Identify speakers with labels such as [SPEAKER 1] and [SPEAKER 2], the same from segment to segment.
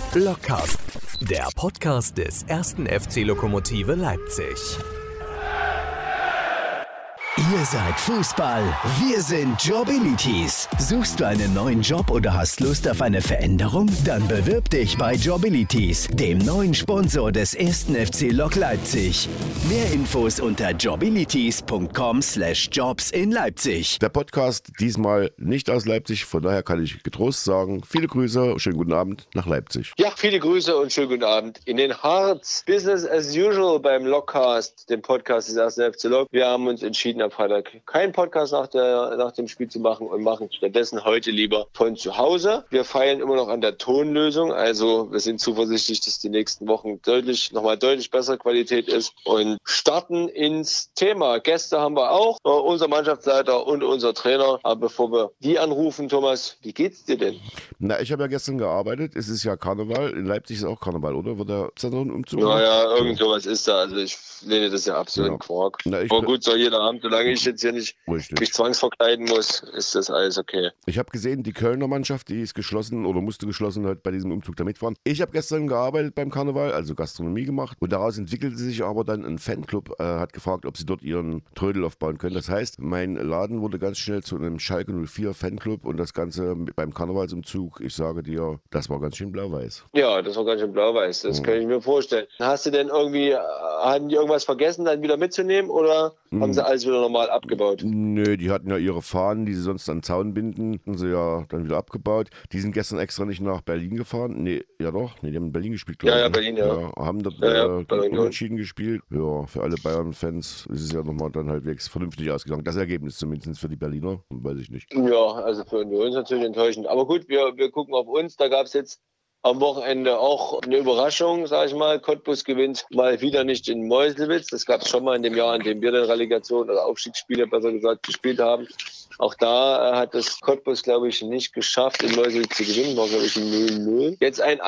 [SPEAKER 1] Blockcast, der Podcast des 1. FC Lokomotive Leipzig.
[SPEAKER 2] Ihr seid Fußball, wir sind Jobilities. Suchst du einen neuen Job oder hast Lust auf eine Veränderung? Dann bewirb dich bei Jobilities, dem neuen Sponsor des 1. FC Lok Leipzig. Mehr Infos unter jobilities.com/jobs in Leipzig.
[SPEAKER 3] Der Podcast diesmal nicht aus Leipzig, von daher kann ich getrost sagen, viele Grüße, schönen guten Abend nach Leipzig.
[SPEAKER 4] Ja, viele Grüße und schönen guten Abend in den Harz. Business as usual beim Lokcast, dem Podcast des 1. FC Lok. Wir haben uns entschieden, am Freitag keinen Podcast nach dem Spiel zu machen und machen stattdessen heute lieber von zu Hause. Wir feilen immer noch an der Tonlösung, also wir sind zuversichtlich, dass die nächsten Wochen deutlich bessere Qualität ist und starten ins Thema. Gäste haben wir auch, unser Mannschaftsleiter und unser Trainer. Aber bevor wir die anrufen, Thomas, wie geht's dir denn?
[SPEAKER 3] Na, ich habe ja gestern gearbeitet, es ist ja Karneval, in Leipzig ist auch Karneval, oder? Wird da so ein Umzug?
[SPEAKER 4] Naja, irgend sowas ist da, also ich lehne das ja absolut in Quark. Aber gut, soll jeder haben, solange ich jetzt hier nicht mich zwangsverkleiden muss, ist das alles okay.
[SPEAKER 3] Ich habe gesehen, die Kölner Mannschaft, die ist geschlossen oder musste geschlossen halt bei diesem Umzug da mitfahren. Ich habe gestern gearbeitet beim Karneval, also Gastronomie gemacht und daraus entwickelte sich aber dann ein Fanclub, hat gefragt, ob sie dort ihren Trödel aufbauen können. Das heißt, mein Laden wurde ganz schnell zu einem Schalke 04 Fanclub und das Ganze beim Karnevalsumzug, ich sage dir, das war ganz schön blau-weiß.
[SPEAKER 4] Ja, das war ganz schön blau-weiß, das kann ich mir vorstellen. Hast du denn hatten die irgendwas vergessen, dann wieder mitzunehmen oder haben sie alles wieder normal abgebaut?
[SPEAKER 3] Nö, die hatten ja ihre Fahnen, die sie sonst an den Zaun binden, haben sie ja dann wieder abgebaut. Die sind gestern extra nicht nach Berlin gefahren. Nee, ja doch, nee, die haben in Berlin gespielt, glaube ich.
[SPEAKER 4] Ja, Berlin, ja.
[SPEAKER 3] Haben dort unentschieden gespielt. Ja, für alle Bayern-Fans ist es ja nochmal dann halbwegs vernünftig ausgegangen. Das Ergebnis zumindest für die Berliner, weiß ich nicht.
[SPEAKER 4] Ja, also für uns natürlich enttäuschend. Aber gut, wir gucken auf uns. Da gab es jetzt am Wochenende auch eine Überraschung, sage ich mal. Cottbus gewinnt mal wieder nicht in Meuselwitz. Das gab es schon mal in dem Jahr, in dem wir dann Relegation oder Aufstiegsspiele, besser gesagt, gespielt haben. Auch da hat das Cottbus, glaube ich, nicht geschafft, in Meuselwitz zu gewinnen. War, glaube ich, ein 0-0. Jetzt ein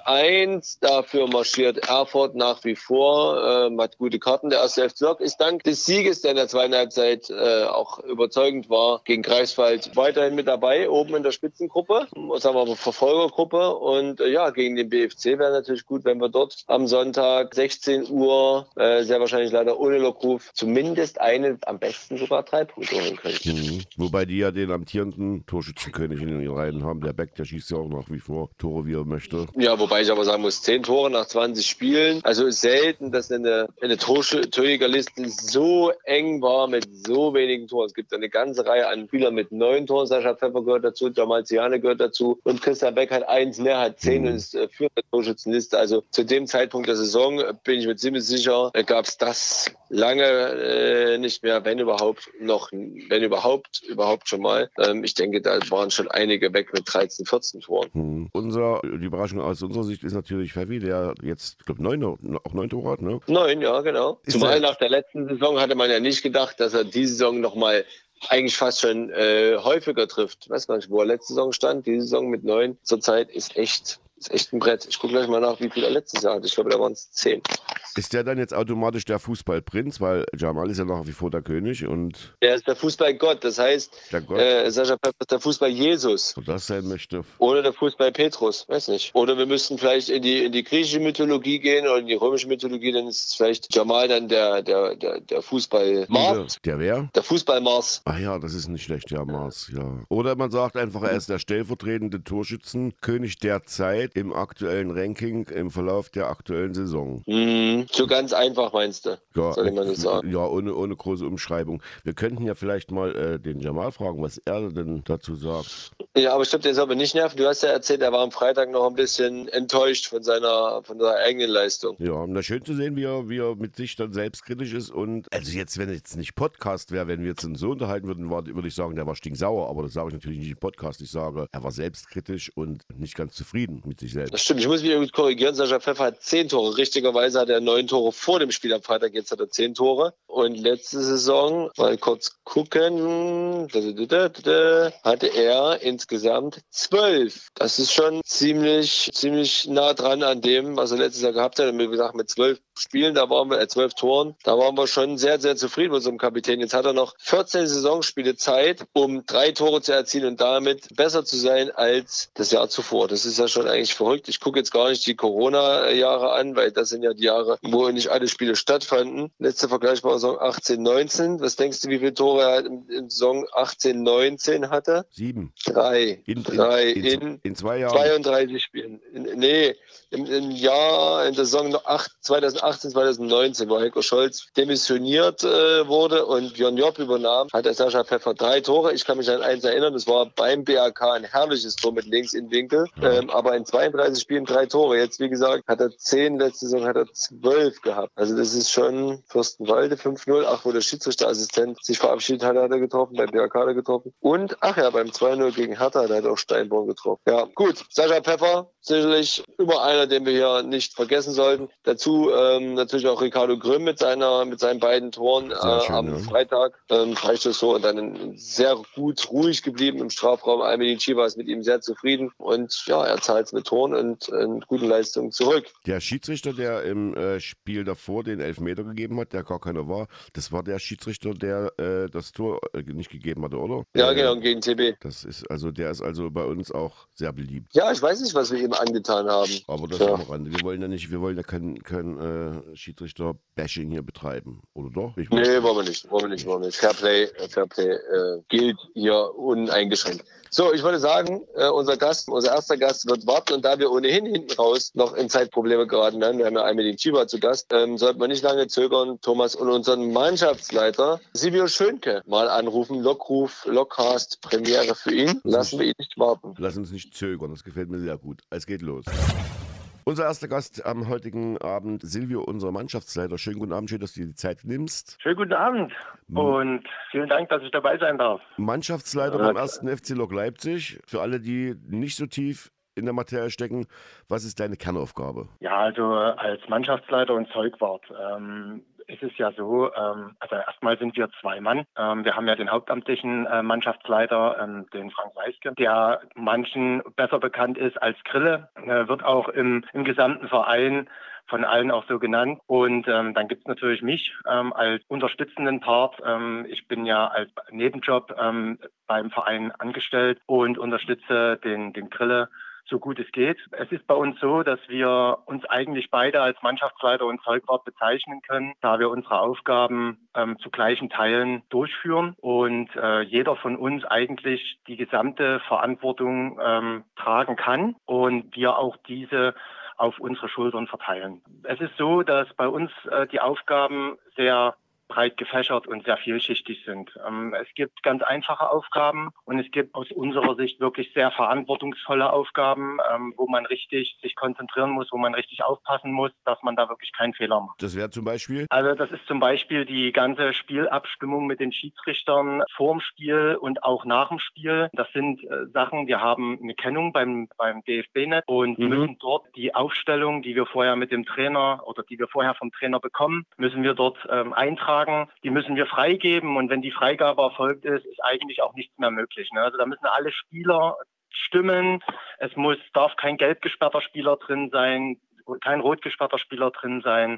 [SPEAKER 4] 1-1. Dafür marschiert Erfurt nach wie vor. Hat gute Karten. Der 1. FC Lok ist dank des Sieges, der in der zweiten Halbzeit auch überzeugend war, gegen Greifswald weiterhin mit dabei, oben in der Spitzengruppe. Sagen wir aber Verfolgergruppe. Und ja, gegen den BFC wäre natürlich gut, wenn wir dort am Sonntag 16 Uhr, sehr wahrscheinlich leider ohne Lockruf, zumindest am besten sogar 3 Punkte holen können.
[SPEAKER 3] Wobei die ja den amtierenden Torschützenkönig in ihren Reihen haben. Der Beck, der schießt ja auch nach wie vor Tore, wie er möchte.
[SPEAKER 4] Ja, wobei ich aber sagen muss, 10 Tore nach 20 Spielen. Also ist selten, dass eine Torjägerliste so eng war mit so wenigen Toren. Es gibt eine ganze Reihe an Spielern mit 9 Toren. Sascha Pfeffer gehört dazu, Jamal Ziane gehört dazu. Und Christian Beck hat 1 mehr, hat 10 und ist für der Torschützenliste. Also zu dem Zeitpunkt der Saison bin ich mir ziemlich sicher, gab es das lange nicht mehr, wenn überhaupt schon mal. Ich denke, da waren schon einige weg mit 13, 14 Toren.
[SPEAKER 3] Die Überraschung aus unserer Sicht ist natürlich Pfeffi, der jetzt, ich glaube, 9 Tore hat, ne?
[SPEAKER 4] 9, ja, genau. Zumal nach der letzten Saison hatte man ja nicht gedacht, dass er diese Saison nochmal eigentlich fast schon häufiger trifft. Ich weiß gar nicht, wo er letzte Saison stand. Diese Saison mit 9 zurzeit ist echt ein Brett. Ich gucke gleich mal nach, wie viel er letztes Jahr hatte. Ich glaube, da waren es 10.
[SPEAKER 3] Ist der dann jetzt automatisch der Fußballprinz? Weil Jamal ist ja nach wie vor der König und...
[SPEAKER 4] Der ist der Fußballgott. Das heißt, Sascha Pfeffer ist der Fußball-Jesus.
[SPEAKER 3] Und das sein möchte.
[SPEAKER 4] Oder der Fußball-Petrus. Weiß nicht. Oder wir müssten vielleicht in die griechische Mythologie gehen oder in die römische Mythologie. Dann ist es vielleicht Jamal dann der Fußball-Mars.
[SPEAKER 3] Der wer?
[SPEAKER 4] Der Fußball-Mars.
[SPEAKER 3] Ah ja, das ist nicht schlecht, ja, Mars, ja. Oder man sagt einfach, er ist der stellvertretende Torschützenkönig der Zeit im aktuellen Ranking im Verlauf der aktuellen Saison.
[SPEAKER 4] So ganz einfach meinst du?
[SPEAKER 3] Ja,
[SPEAKER 4] soll ich mal das sagen?
[SPEAKER 3] Ja, ohne große Umschreibung. Wir könnten ja vielleicht mal den Jamal fragen, was er denn dazu sagt.
[SPEAKER 4] Ja, aber ich glaube, der ist aber nicht nerven. Du hast ja erzählt, er war am Freitag noch ein bisschen enttäuscht von seiner eigenen Leistung.
[SPEAKER 3] Ja, na schön zu sehen, wie er mit sich dann selbstkritisch ist. Und also jetzt, wenn jetzt nicht Podcast wäre, wenn wir jetzt so unterhalten würden, würde ich sagen, der war stinksauer. Aber das sage ich natürlich nicht im Podcast. Ich sage, er war selbstkritisch und nicht ganz zufrieden mit sich selbst.
[SPEAKER 4] Das stimmt, ich muss mich irgendwie korrigieren. Sascha Pfeffer hat 10 Tore. Richtigerweise hat er 9 Tore vor dem Spiel am Freitag. Jetzt hat er 10 Tore. Und letzte Saison, mal kurz gucken, hatte er insgesamt 12. Das ist schon ziemlich nah dran an dem, was er letztes Jahr gehabt hat. Und wie gesagt, mit 12 Spielen, 12 Toren, da waren wir schon sehr, sehr zufrieden mit unserem Kapitän. Jetzt hat er noch 14 Saisonspiele Zeit, um 3 Tore zu erzielen und damit besser zu sein als das Jahr zuvor. Das ist ja schon eigentlich verrückt. Ich gucke jetzt gar nicht die Corona-Jahre an, weil das sind ja die Jahre, wo nicht alle Spiele stattfanden. Letzte vergleichbare Saison 18-19. Was denkst du, wie viele Tore er in Saison 18-19 hatte?
[SPEAKER 3] 7.
[SPEAKER 4] 3.
[SPEAKER 3] In 2 Jahren.
[SPEAKER 4] 32 Spielen. Im Jahr, in der Saison 2018, 2019, wo Heiko Scholz demissioniert wurde und Björn Job übernahm, hat der Sascha Pfeffer 3 Tore. Ich kann mich an eins erinnern, das war beim BAK ein herrliches Tor mit links in Winkel. Aber in 32 Spielen 3 Tore. Jetzt, wie gesagt, hat er 10, letzte Saison hat er 12 gehabt. Also das ist schon Fürstenwalde 5-0. Ach, wo der Schiedsrichterassistent sich verabschiedet hat, hat er getroffen, beim BAK hat er getroffen. Und, beim 2-0 gegen Hertha, da hat er auch Steinborn getroffen. Ja, gut. Sascha Pfeffer, sicherlich immer einer, den wir hier nicht vergessen sollten. Dazu natürlich auch Ricardo Grimm mit seinen beiden Toren am Freitag. Freistoßtor und dann sehr gut ruhig geblieben im Strafraum. Almedin Chivas ist mit ihm sehr zufrieden und ja, er zahlt es mit Toren und guten Leistungen zurück.
[SPEAKER 3] Der Schiedsrichter, der im Spiel davor den Elfmeter gegeben hat, der gar keiner war, das war der Schiedsrichter, der das Tor nicht gegeben hatte, oder?
[SPEAKER 4] Ja, genau, gegen TB.
[SPEAKER 3] Der ist also bei uns auch sehr beliebt.
[SPEAKER 4] Ja, ich weiß nicht, was wir ihm angetan haben.
[SPEAKER 3] Aber das am Rande. Wir wollen ja kein Schiedsrichter-Bashing hier betreiben, oder doch?
[SPEAKER 4] Nee, wollen wir nicht. Fairplay gilt hier uneingeschränkt. So, ich würde sagen, unser erster Gast wird warten und da wir ohnehin hinten raus noch in Zeitprobleme geraten werden, wir haben ja Almedin Chiba zu Gast, sollten wir nicht lange zögern, Thomas und unseren Mannschaftsleiter Silvio Schönke mal anrufen. Lockcast, Premiere für ihn. Lassen wir ihn nicht warten.
[SPEAKER 3] Lass uns nicht zögern, das gefällt mir sehr gut. Es geht los. Unser erster Gast am heutigen Abend, Silvio, unser Mannschaftsleiter. Schönen guten Abend, schön, dass du dir die Zeit nimmst.
[SPEAKER 5] Schönen guten Abend und vielen Dank, dass ich dabei sein darf.
[SPEAKER 3] Mannschaftsleiter beim 1. FC Lok Leipzig. Für alle, die nicht so tief in der Materie stecken, was ist deine Kernaufgabe?
[SPEAKER 5] Ja, also als Mannschaftsleiter und Zeugwart. Es ist ja so, also erstmal sind wir 2 Mann. Wir haben ja den hauptamtlichen Mannschaftsleiter, den Frank Weiske, der manchen besser bekannt ist als Grille, wird auch im gesamten Verein von allen auch so genannt. Und dann gibt's natürlich mich als unterstützenden Part. Ich bin ja als Nebenjob beim Verein angestellt und unterstütze den Grille so gut es geht. Es ist bei uns so, dass wir uns eigentlich beide als Mannschaftsleiter und Zeugwart bezeichnen können, da wir unsere Aufgaben zu gleichen Teilen durchführen und jeder von uns eigentlich die gesamte Verantwortung tragen kann und wir auch diese auf unsere Schultern verteilen. Es ist so, dass bei uns die Aufgaben sehr breit gefächert und sehr vielschichtig sind. Es gibt ganz einfache Aufgaben und es gibt aus unserer Sicht wirklich sehr verantwortungsvolle Aufgaben, wo man richtig sich konzentrieren muss, wo man richtig aufpassen muss, dass man da wirklich keinen Fehler macht.
[SPEAKER 3] Das wäre zum Beispiel?
[SPEAKER 5] Also das ist zum Beispiel die ganze Spielabstimmung mit den Schiedsrichtern vorm Spiel und auch nach dem Spiel. Das sind Sachen, wir haben eine Kennung beim DFB-Net und müssen dort die Aufstellung, die wir vorher mit dem Trainer oder die wir vorher vom Trainer bekommen, müssen wir dort eintragen. Die müssen wir freigeben und wenn die Freigabe erfolgt ist eigentlich auch nichts mehr möglich. Ne? Also da müssen alle Spieler stimmen. Darf kein gelb gesperrter Spieler drin sein, kein rot gesperrter Spieler drin sein.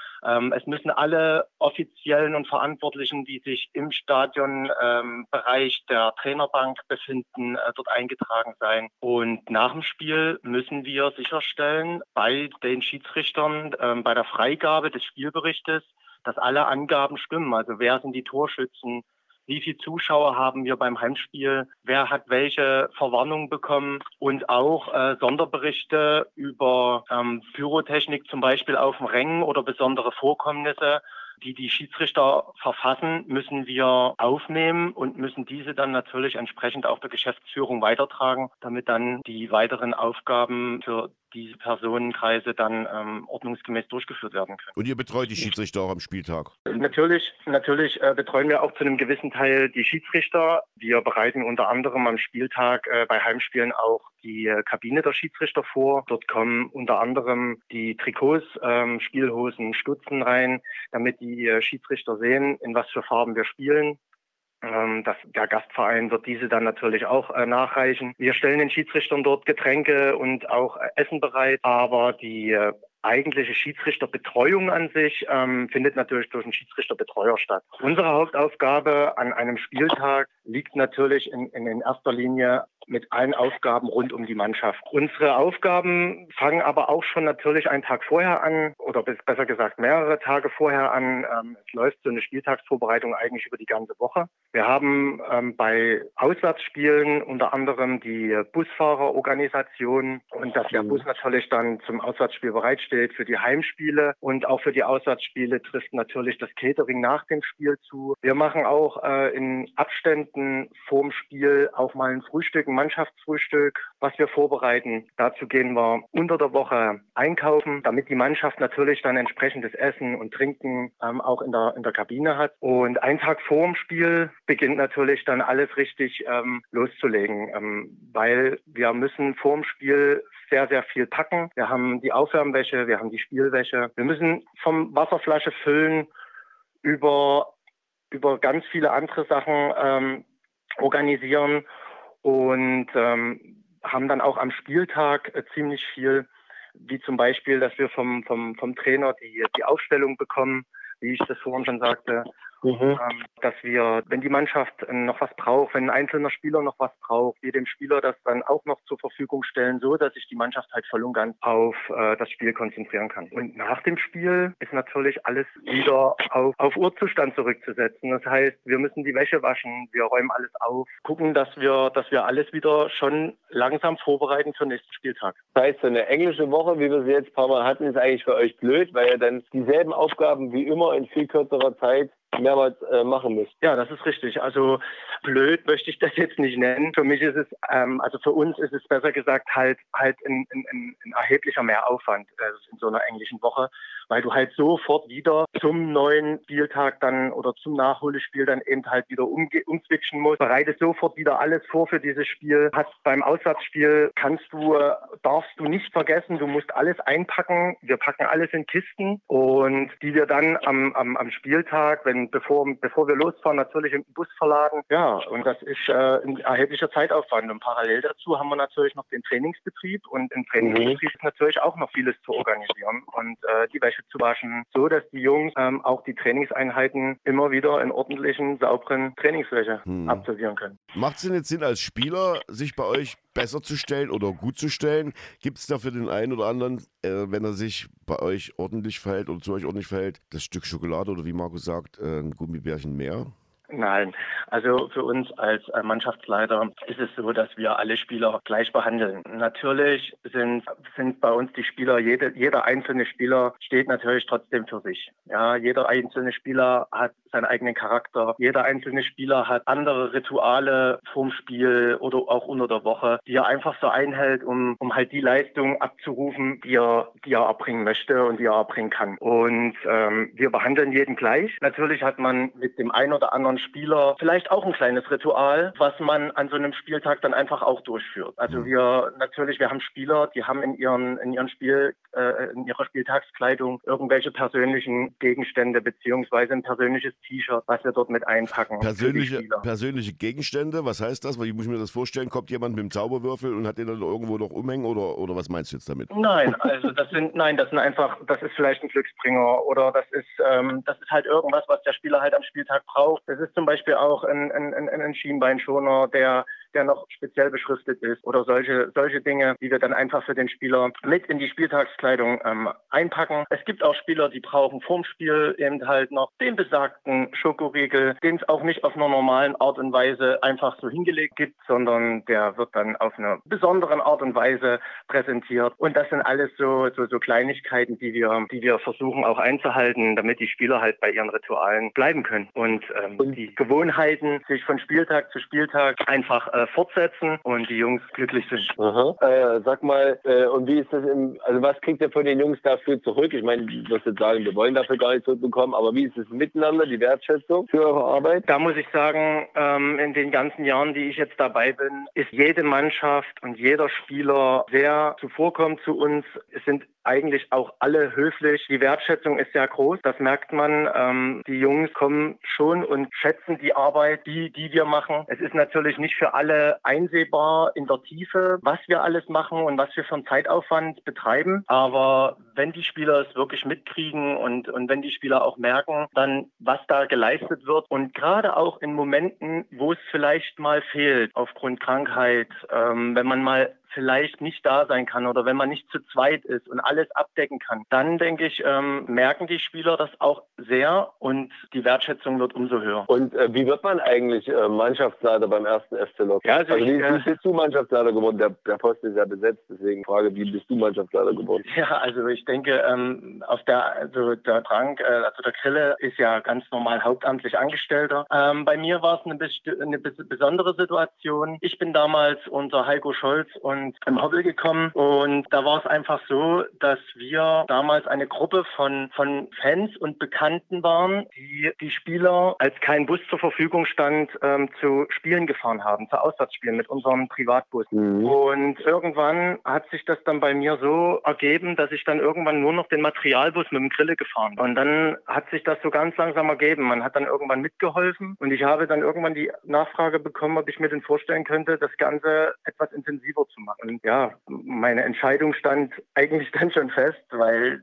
[SPEAKER 5] Es müssen alle Offiziellen und Verantwortlichen, die sich im Stadionbereich der Trainerbank befinden, dort eingetragen sein. Und nach dem Spiel müssen wir sicherstellen, bei den Schiedsrichtern, bei der Freigabe des Spielberichtes, dass alle Angaben stimmen. Also wer sind die Torschützen? Wie viele Zuschauer haben wir beim Heimspiel? Wer hat welche Verwarnung bekommen? Und auch Sonderberichte über Pyrotechnik zum Beispiel auf dem Rängen oder besondere Vorkommnisse, die Schiedsrichter verfassen, müssen wir aufnehmen und müssen diese dann natürlich entsprechend auch der Geschäftsführung weitertragen, damit dann die weiteren Aufgaben für diese Personenkreise dann ordnungsgemäß durchgeführt werden können.
[SPEAKER 3] Und ihr betreut die Schiedsrichter auch am Spieltag?
[SPEAKER 5] Natürlich betreuen wir auch zu einem gewissen Teil die Schiedsrichter. Wir bereiten unter anderem am Spieltag bei Heimspielen auch die Kabine der Schiedsrichter vor. Dort kommen unter anderem die Trikots, Spielhosen, Stutzen rein, damit die Schiedsrichter sehen, in was für Farben wir spielen. Der Gastverein wird diese dann natürlich auch nachreichen. Wir stellen den Schiedsrichtern dort Getränke und auch Essen bereit, aber die eigentliche Schiedsrichterbetreuung an sich findet natürlich durch einen Schiedsrichterbetreuer statt. Unsere Hauptaufgabe an einem Spieltag liegt natürlich in erster Linie mit allen Aufgaben rund um die Mannschaft. Unsere Aufgaben fangen aber auch schon natürlich einen Tag vorher an oder besser gesagt mehrere Tage vorher an. Es läuft so eine Spieltagsvorbereitung eigentlich über die ganze Woche. Wir haben bei Auswärtsspielen unter anderem die Busfahrerorganisation und dass der Bus natürlich dann zum Auswärtsspiel bereitsteht für die Heimspiele und auch für die Auswärtsspiele trifft natürlich das Catering nach dem Spiel zu. Wir machen auch in Abständen vorm Spiel auch mal ein Frühstück, ein Mannschaftsfrühstück, was wir vorbereiten. Dazu gehen wir unter der Woche einkaufen, damit die Mannschaft natürlich dann entsprechendes Essen und Trinken auch in der Kabine hat. Und einen Tag vor dem Spiel beginnt natürlich dann alles richtig loszulegen, weil wir müssen vor dem Spiel sehr, sehr viel packen. Wir haben die Aufwärmwäsche, wir haben die Spielwäsche. Wir müssen vom Wasserflasche füllen über ganz viele andere Sachen organisieren und haben dann auch am Spieltag ziemlich viel, wie zum Beispiel, dass wir vom Trainer die Aufstellung bekommen, wie ich das vorhin schon sagte. Dass wir, wenn die Mannschaft noch was braucht, wenn ein einzelner Spieler noch was braucht, wir dem Spieler das dann auch noch zur Verfügung stellen, so dass sich die Mannschaft halt voll und ganz auf das Spiel konzentrieren kann. Und nach dem Spiel ist natürlich alles wieder auf Urzustand zurückzusetzen. Das heißt, wir müssen die Wäsche waschen, wir räumen alles auf, gucken, dass wir alles wieder schon langsam vorbereiten für den nächsten Spieltag.
[SPEAKER 4] Das heißt, so eine englische Woche, wie wir sie jetzt ein paar Mal hatten, ist eigentlich für euch blöd, weil ihr dann dieselben Aufgaben wie immer in viel kürzerer Zeit mehrmals machen müsst.
[SPEAKER 5] Ja, das ist richtig. Also blöd möchte ich das jetzt nicht nennen. Für mich ist es, also für uns ist es besser gesagt halt ein erheblicher Mehraufwand in so einer englischen Woche, weil du halt sofort wieder zum neuen Spieltag dann oder zum Nachholspiel dann eben halt wieder umswitchen musst. Bereitest sofort wieder alles vor für dieses Spiel. Beim Auswärtsspiel darfst du nicht vergessen, du musst alles einpacken. Wir packen alles in Kisten und die wir dann am Spieltag, bevor wir losfahren, natürlich im Bus verladen. Ja, und das ist ein erheblicher Zeitaufwand. Und parallel dazu haben wir natürlich noch den Trainingsbetrieb. Und im Trainingsbetrieb ist natürlich auch noch vieles zu organisieren und die Wäsche zu waschen, so dass die Jungs auch die Trainingseinheiten immer wieder in ordentlichen, sauberen Trainingswäsche absolvieren können.
[SPEAKER 3] Macht es denn jetzt Sinn, als Spieler sich bei euch besser zu stellen oder gut zu stellen? Gibt es da für den einen oder anderen, wenn er sich bei euch ordentlich verhält oder zu euch ordentlich verhält, das Stück Schokolade oder wie Markus sagt, ein Gummibärchen mehr?
[SPEAKER 5] Nein, also für uns als Mannschaftsleiter ist es so, dass wir alle Spieler gleich behandeln. Natürlich sind bei uns die Spieler, jeder einzelne Spieler steht natürlich trotzdem für sich. Ja, jeder einzelne Spieler hat seinen eigenen Charakter. Jeder einzelne Spieler hat andere Rituale vorm Spiel oder auch unter der Woche, die er einfach so einhält, um halt die Leistung abzurufen, die er erbringen möchte und die er erbringen kann. Und wir behandeln jeden gleich. Natürlich hat man mit dem einen oder anderen Spieler vielleicht auch ein kleines Ritual, was man an so einem Spieltag dann einfach auch durchführt. Also wir haben Spieler, die haben in ihrer Spieltagskleidung irgendwelche persönlichen Gegenstände beziehungsweise ein persönliches T-Shirt, was wir dort mit einpacken.
[SPEAKER 3] Persönliche Gegenstände, was heißt das? Wie muss ich mir das vorstellen? Kommt jemand mit dem Zauberwürfel und hat den dann irgendwo noch umhängen oder was meinst du jetzt damit?
[SPEAKER 5] Nein, also das ist vielleicht ein Glücksbringer oder das ist halt irgendwas, was der Spieler halt am Spieltag braucht. Das ist zum Beispiel auch ein Schienbeinschoner, der noch speziell beschriftet ist oder solche Dinge, die wir dann einfach für den Spieler mit in die Spieltagskleidung einpacken. Es gibt auch Spieler, die brauchen vorm Spiel eben halt noch den besagten Schokoriegel, den es auch nicht auf einer normalen Art und Weise einfach so hingelegt gibt, sondern der wird dann auf einer besonderen Art und Weise präsentiert. Und das sind alles so Kleinigkeiten, die wir versuchen auch einzuhalten, damit die Spieler halt bei ihren Ritualen bleiben können und die Gewohnheiten sich von Spieltag zu Spieltag einfach fortsetzen und die Jungs glücklich sind.
[SPEAKER 4] Sag mal, und wie ist das also was kriegt ihr von den Jungs dafür zurück? Ich meine, du wirst jetzt sagen, wir wollen dafür gar nicht zurückbekommen, aber wie ist es miteinander, die Wertschätzung für eure Arbeit?
[SPEAKER 5] Da muss ich sagen, in den ganzen Jahren, die ich jetzt dabei bin, ist jede Mannschaft und jeder Spieler sehr zuvorkommend zu uns. Es sind eigentlich auch alle höflich. Die Wertschätzung ist sehr groß, das merkt man. Die Jungs kommen schon und schätzen die Arbeit, die wir machen. Es ist natürlich nicht für alle einsehbar in der Tiefe, was wir alles machen und was wir für einen Zeitaufwand betreiben. Aber wenn die Spieler es wirklich mitkriegen und wenn die Spieler auch merken, dann was da geleistet wird und gerade auch in Momenten, wo es vielleicht mal fehlt aufgrund Krankheit, wenn man mal vielleicht nicht da sein kann oder wenn man nicht zu zweit ist und alles abdecken kann, dann denke ich, merken die Spieler das auch sehr und die Wertschätzung wird umso höher.
[SPEAKER 4] Und wie wird man eigentlich Mannschaftsleiter beim 1. FC Lok?
[SPEAKER 5] Ja,
[SPEAKER 4] also wie bist du Mannschaftsleiter geworden? Der Posten ist ja besetzt, deswegen Frage, wie bist du Mannschaftsleiter geworden?
[SPEAKER 5] Ja, also ich denke, der Drang, also der Krille ist ja ganz normal hauptamtlich Angestellter. Bei mir war es eine besondere Situation. Ich bin damals unter Heiko Scholz und im Hobbel gekommen und da war es einfach so, dass wir damals eine Gruppe von Fans und Bekannten waren, die Spieler, als kein Bus zur Verfügung stand, zu Spielen gefahren haben, zu Auswärtsspielen mit unserem Privatbus. Und irgendwann hat sich das dann bei mir so ergeben, dass ich dann irgendwann nur noch den Materialbus mit dem Grille gefahren bin. Und dann hat sich das so ganz langsam ergeben. Man hat dann irgendwann mitgeholfen und ich habe dann irgendwann die Nachfrage bekommen, ob ich mir denn vorstellen könnte, das Ganze etwas intensiver zu machen. Und ja, meine Entscheidung stand eigentlich dann schon fest, weil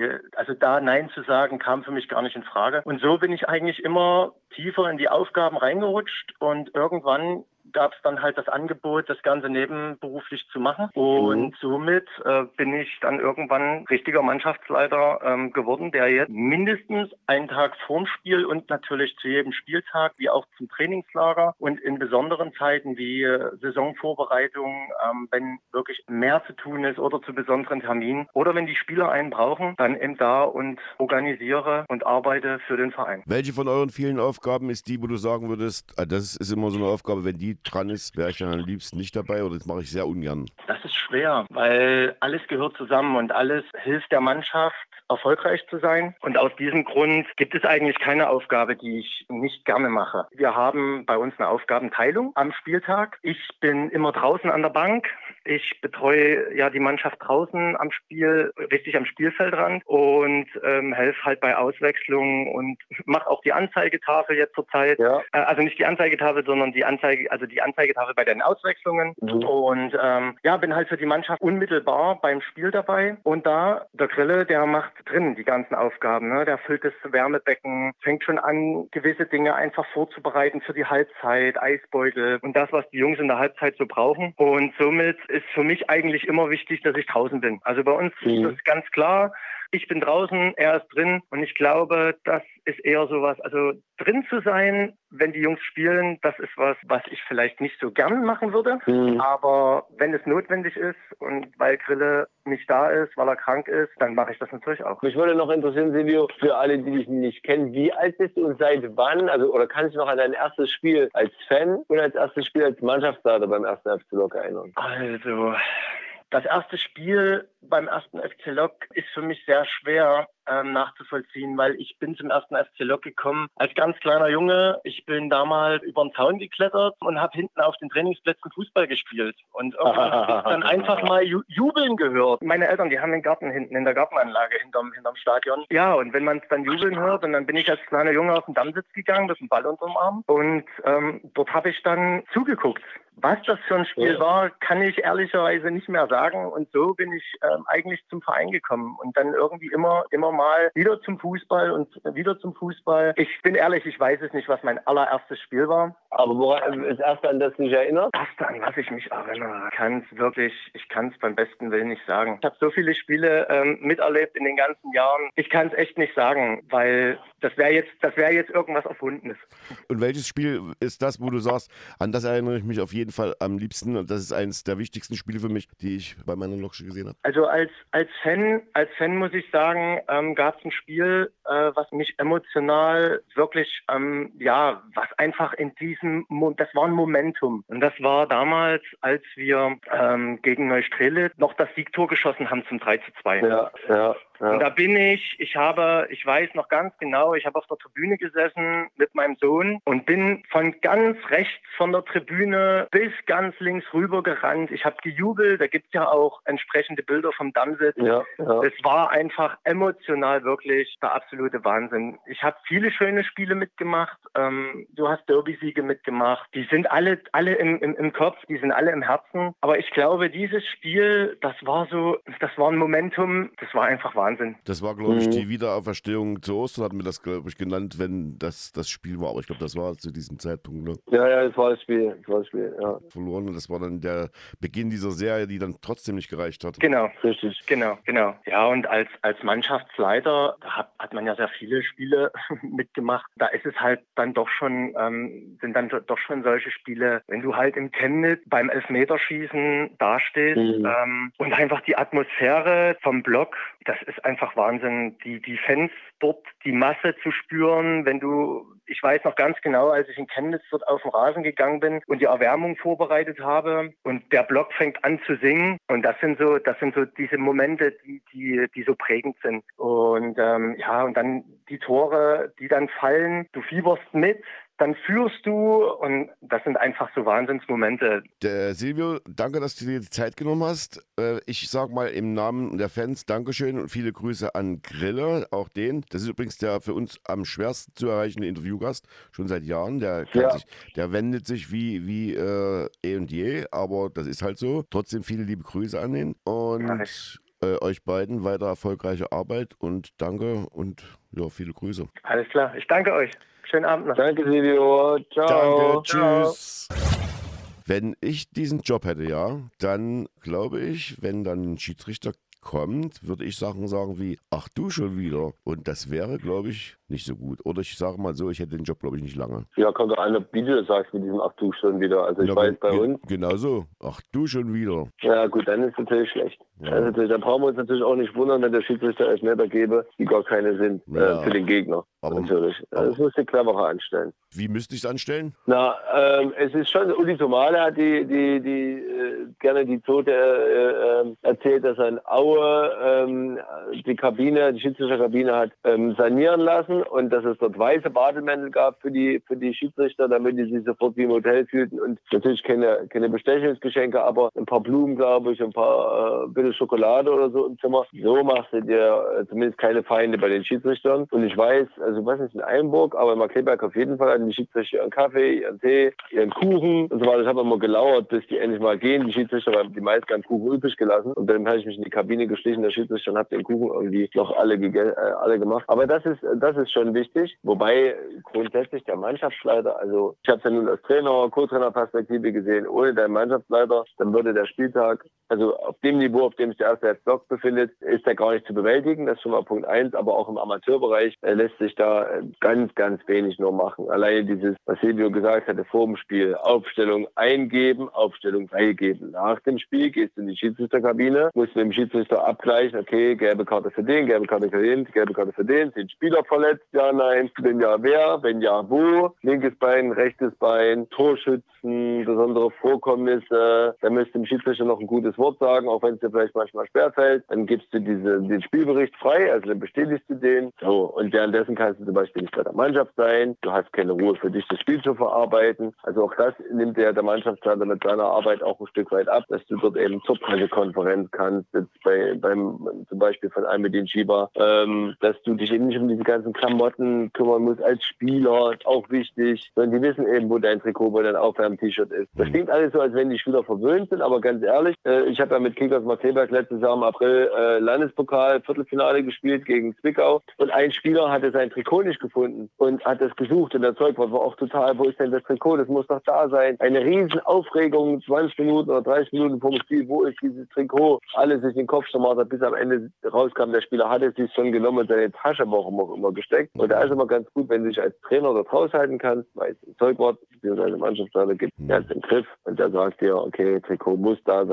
[SPEAKER 5] da Nein zu sagen, kam für mich gar nicht in Frage. Und so bin ich eigentlich immer tiefer in die Aufgaben reingerutscht und irgendwann gab es dann halt das Angebot, das Ganze nebenberuflich zu machen. Und somit bin ich dann irgendwann richtiger Mannschaftsleiter geworden, der jetzt mindestens einen Tag vorm Spiel und natürlich zu jedem Spieltag, wie auch zum Trainingslager und in besonderen Zeiten wie Saisonvorbereitung, wenn wirklich mehr zu tun ist oder zu besonderen Terminen oder wenn die Spieler einen brauchen, dann eben da und organisiere und arbeite für den Verein.
[SPEAKER 3] Welche von euren vielen Aufgaben ist die, wo du sagen würdest, das ist immer so eine Aufgabe, wenn die dran ist, wäre ich dann am liebsten nicht dabei oder das mache ich sehr ungern?
[SPEAKER 5] Das ist schwer, weil alles gehört zusammen und alles hilft der Mannschaft, erfolgreich zu sein. Und aus diesem Grund gibt es eigentlich keine Aufgabe, die ich nicht gerne mache. Wir haben bei uns eine Aufgabenteilung am Spieltag. Ich bin immer draußen an der Bank. Ich betreue ja die Mannschaft draußen am Spiel, richtig am Spielfeldrand und helfe halt bei Auswechslungen und mache auch die Anzeigetafel jetzt zurzeit. Ja. Also nicht die Anzeigetafel, sondern die Anzeigetafel bei den Auswechslungen. Und bin halt für die Mannschaft unmittelbar beim Spiel dabei. Und da, der Grille, der macht drin die ganzen Aufgaben. Ne? Der füllt das Wärmebecken, fängt schon an, gewisse Dinge einfach vorzubereiten für die Halbzeit, Eisbeutel und das, was die Jungs in der Halbzeit so brauchen. Und somit ist für mich eigentlich immer wichtig, dass ich draußen bin. Also bei uns ist das ganz klar. Ich bin draußen, er ist drin und ich glaube, das ist eher sowas, also drin zu sein, wenn die Jungs spielen, das ist was ich vielleicht nicht so gern machen würde, aber wenn es notwendig ist und weil Grille nicht da ist, weil er krank ist, dann mache ich das natürlich auch.
[SPEAKER 4] Mich würde noch interessieren, Silvio, für alle, die dich nicht kennen, wie alt bist du und seit wann, oder kannst du dich noch an dein erstes Spiel als Fan und als erstes Spiel als Mannschaftsleiter beim 1. FC Lok erinnern?
[SPEAKER 5] Also, das erste Spiel beim 1. FC Lok ist für mich sehr schwer nachzuvollziehen, weil ich bin zum 1. FC Lok gekommen als ganz kleiner Junge. Ich bin damals über den Zaun geklettert und habe hinten auf den Trainingsplätzen Fußball gespielt. Und irgendwann habe ich dann einfach mal jubeln gehört. Meine Eltern, die haben den Garten hinten in der Gartenanlage hinterm Stadion. Ja, und wenn man es dann jubeln hört, und dann bin ich als kleiner Junge auf den Dammsitz gegangen mit dem Ball unterm Arm und dort habe ich dann zugeguckt. Was das für ein Spiel war, kann ich ehrlicherweise nicht mehr sagen. Und so bin ich eigentlich zum Verein gekommen. Und dann irgendwie immer mal wieder zum Fußball und wieder zum Fußball. Ich bin ehrlich, ich weiß es nicht, was mein allererstes Spiel war.
[SPEAKER 4] Aber woran ist erst an das dich erinnert?
[SPEAKER 5] Erst an was ich mich erinnere. Ich kann es beim besten Willen nicht sagen. Ich habe so viele Spiele miterlebt in den ganzen Jahren. Ich kann es echt nicht sagen, weil das wäre jetzt irgendwas Erfundenes. Und
[SPEAKER 3] welches Spiel ist das, wo du sagst, an das erinnere ich mich auf jeden Fall am liebsten und das ist eines der wichtigsten Spiele für mich, die ich bei meiner Loksche gesehen habe?
[SPEAKER 5] Also als Fan muss ich sagen, gab es ein Spiel, was mich emotional wirklich, was einfach in diesem, das war ein Momentum. Und das war damals, als wir gegen Neustrelitz noch das Siegtor geschossen haben zum 3:2.
[SPEAKER 4] Ja.
[SPEAKER 5] Ja. Und da bin ich weiß noch ganz genau, ich habe auf der Tribüne gesessen mit meinem Sohn und bin von ganz rechts von der Tribüne bis ganz links rüber gerannt. Ich habe gejubelt, da gibt es ja auch entsprechende Bilder vom Dammsitz. Ja. Es war einfach emotional wirklich der absolute Wahnsinn. Ich habe viele schöne Spiele mitgemacht. Du hast Derby-Siege mitgemacht. Die sind alle im Kopf, die sind alle im Herzen. Aber ich glaube, dieses Spiel, das war ein Momentum, das war einfach Wahnsinn.
[SPEAKER 3] Das war, glaube ich, die Wiederauferstehung zu Ostern, hatten wir das, glaube ich, genannt, wenn das Spiel war. Aber ich glaube, das war zu diesem Zeitpunkt. Ne?
[SPEAKER 6] Ja, das war das Spiel. Ja.
[SPEAKER 3] Verloren und das war dann der Beginn dieser Serie, die dann trotzdem nicht gereicht hat.
[SPEAKER 5] Genau, richtig. Genau. Ja, und als Mannschaftsleiter hat man ja sehr viele Spiele mitgemacht. Da ist es halt dann doch schon, sind dann doch schon solche Spiele, wenn du halt im Chemnitz beim Elfmeterschießen dastehst und einfach die Atmosphäre vom Block, das ist einfach Wahnsinn. Die Fans dort, die Masse zu spüren, ich weiß noch ganz genau, als ich in Chemnitz dort auf den Rasen gegangen bin und die Erwärmung vorbereitet habe und der Block fängt an zu singen und das sind so diese Momente, die so prägend sind. Und und dann die Tore, die dann fallen, du fieberst mit, dann führst du und das sind einfach so Wahnsinnsmomente.
[SPEAKER 3] Silvio, danke, dass du dir die Zeit genommen hast. Ich sag mal im Namen der Fans Dankeschön und viele Grüße an Griller, auch den. Das ist übrigens der für uns am schwersten zu erreichende Interviewgast, schon seit Jahren. Der wendet sich wie eh und je, aber das ist halt so. Trotzdem viele liebe Grüße an ihn und euch beiden weiter erfolgreiche Arbeit und danke und viele Grüße.
[SPEAKER 5] Alles klar, ich danke euch. Schönen Abend noch.
[SPEAKER 6] Danke, Silvio. Ciao.
[SPEAKER 3] Danke, tschüss. Wenn ich diesen Job hätte, dann glaube ich, wenn dann ein Schiedsrichter kommt, würde ich Sachen sagen wie, ach du schon wieder. Und das wäre, glaube ich, nicht so gut. Oder ich sage mal so, ich hätte den Job, glaube ich, nicht lange.
[SPEAKER 6] Ja, kommt doch an, wie du das sagst mit diesem ach du schon wieder. Also ich weiß bei uns.
[SPEAKER 3] Genau so. Ach du schon wieder.
[SPEAKER 6] Ja gut, dann ist es natürlich schlecht. Ja. Also, da brauchen wir uns natürlich auch nicht wundern, wenn der Schiedsrichter Elfmeter gebe, die gar keine sind für den Gegner. Aber natürlich. Das muss der cleverer anstellen.
[SPEAKER 3] Wie müsste ich es anstellen?
[SPEAKER 6] Na, es ist schon, Uli Tomale hat gerne die Zote erzählt, dass er in Aue die Schiedsrichterkabine hat sanieren lassen und dass es dort weiße Bademäntel gab für die Schiedsrichter, damit die sich sofort wie im Hotel fühlten und natürlich keine Bestechungsgeschenke, aber ein paar Blumen, glaube ich, ein paar Bitte Schokolade oder so im Zimmer. So machst du dir zumindest keine Feinde bei den Schiedsrichtern. Und ich weiß, also was ist in Eilenburg, aber in Markkleeberg auf jeden Fall hatten die Schiedsrichter ihren Kaffee, ihren Tee, ihren Kuchen und so weiter. Ich habe immer gelauert, bis die endlich mal gehen. Die Schiedsrichter haben die meisten einen Kuchen übrig gelassen und dann habe ich mich in die Kabine geschlichen, der Schiedsrichter, und habe den Kuchen irgendwie noch alle gemacht. Aber das ist schon wichtig, wobei grundsätzlich der Mannschaftsleiter, also ich habe es ja nun als Trainer, Co-Trainer-Perspektive gesehen, ohne den Mannschaftsleiter, dann würde der Spieltag, also auf dem Niveau, auf dem sich der erste Block befindet, ist der gar nicht zu bewältigen. Das ist schon mal Punkt 1, aber auch im Amateurbereich lässt sich da ganz, ganz wenig nur machen. Alleine dieses, was Silvio gesagt hatte, vor dem Spiel, Aufstellung eingeben, Aufstellung freigeben. Nach dem Spiel gehst du in die Schiedsrichterkabine, musst mit dem Schiedsrichter abgleichen, okay, gelbe Karte für den, gelbe Karte für den, gelbe Karte für den, sind Spieler verletzt, ja, nein, wenn ja, wer, wenn ja, wo, linkes Bein, rechtes Bein, Torschützen, besondere Vorkommnisse, da müsst du dem Schiedsrichter noch ein gutes Wort sagen, auch wenn es dir vielleicht manchmal schwerfällt, dann gibst du den Spielbericht frei, also dann bestätigst du den, so, und währenddessen kannst du zum Beispiel nicht bei der Mannschaft sein, du hast keine Ruhe für dich, das Spiel zu verarbeiten, also auch das nimmt der Mannschaftsleiter mit seiner Arbeit auch ein Stück weit ab, dass du dort eben zur Pressekonferenz kannst, jetzt beim zum Beispiel von Almedin Schieber, dass du dich eben nicht um diese ganzen Klamotten kümmern musst als Spieler, ist auch wichtig, sondern die wissen eben, wo dein Trikot, wo dein Aufwärm-T-Shirt ist. Das klingt alles so, als wenn die Spieler verwöhnt sind, aber ganz ehrlich, ich habe ja mit Kickers Markkleeberg letztes Jahr im April Landespokal Viertelfinale gespielt gegen Zwickau und ein Spieler hatte sein Trikot nicht gefunden und hat das gesucht und der Zeugwart war auch total, wo ist denn das Trikot, das muss doch da sein. Eine riesen Aufregung, 20 Minuten oder 30 Minuten vor dem Spiel, wo ist dieses Trikot? Alle sich den Kopf zermartert, bis am Ende rauskam, der Spieler hatte es sich schon genommen und seine Tasche auch immer gesteckt. Und da ist immer ganz gut, wenn du dich als Trainer dort raushalten kannst, weil es ein Zeugwart bzw. Mannschaftsleiter gibt, der hat den Griff und der sagt dir, okay, Trikot muss da sein, es ist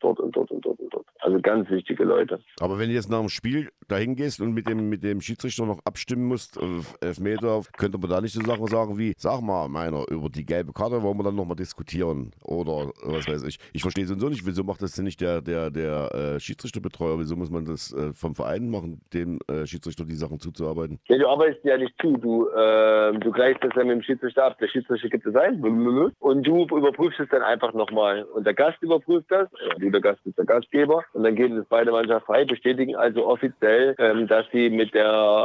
[SPEAKER 6] dort und dort und dort und dort. Also ganz wichtige Leute.
[SPEAKER 3] Aber wenn du jetzt nach dem Spiel dahin gehst und mit dem Schiedsrichter noch abstimmen musst, auf Elfmeter, könnte man da nicht so Sachen sagen wie, sag mal, meiner, über die gelbe Karte wollen wir dann nochmal diskutieren oder was weiß ich. Ich verstehe es so nicht, wieso macht das denn nicht der Schiedsrichterbetreuer, wieso muss man das vom Verein machen, dem Schiedsrichter die Sachen zuzuarbeiten?
[SPEAKER 6] Ja, du arbeitest ja nicht zu, du gleichst das dann mit dem Schiedsrichter ab, der Schiedsrichter gibt es ein und du überprüfst es dann einfach nochmal und der Gast überprüft das, du, der Gast ist der Gastgeber und dann gehen es beide Mannschaften frei, bestätigen also offiziell, dass sie mit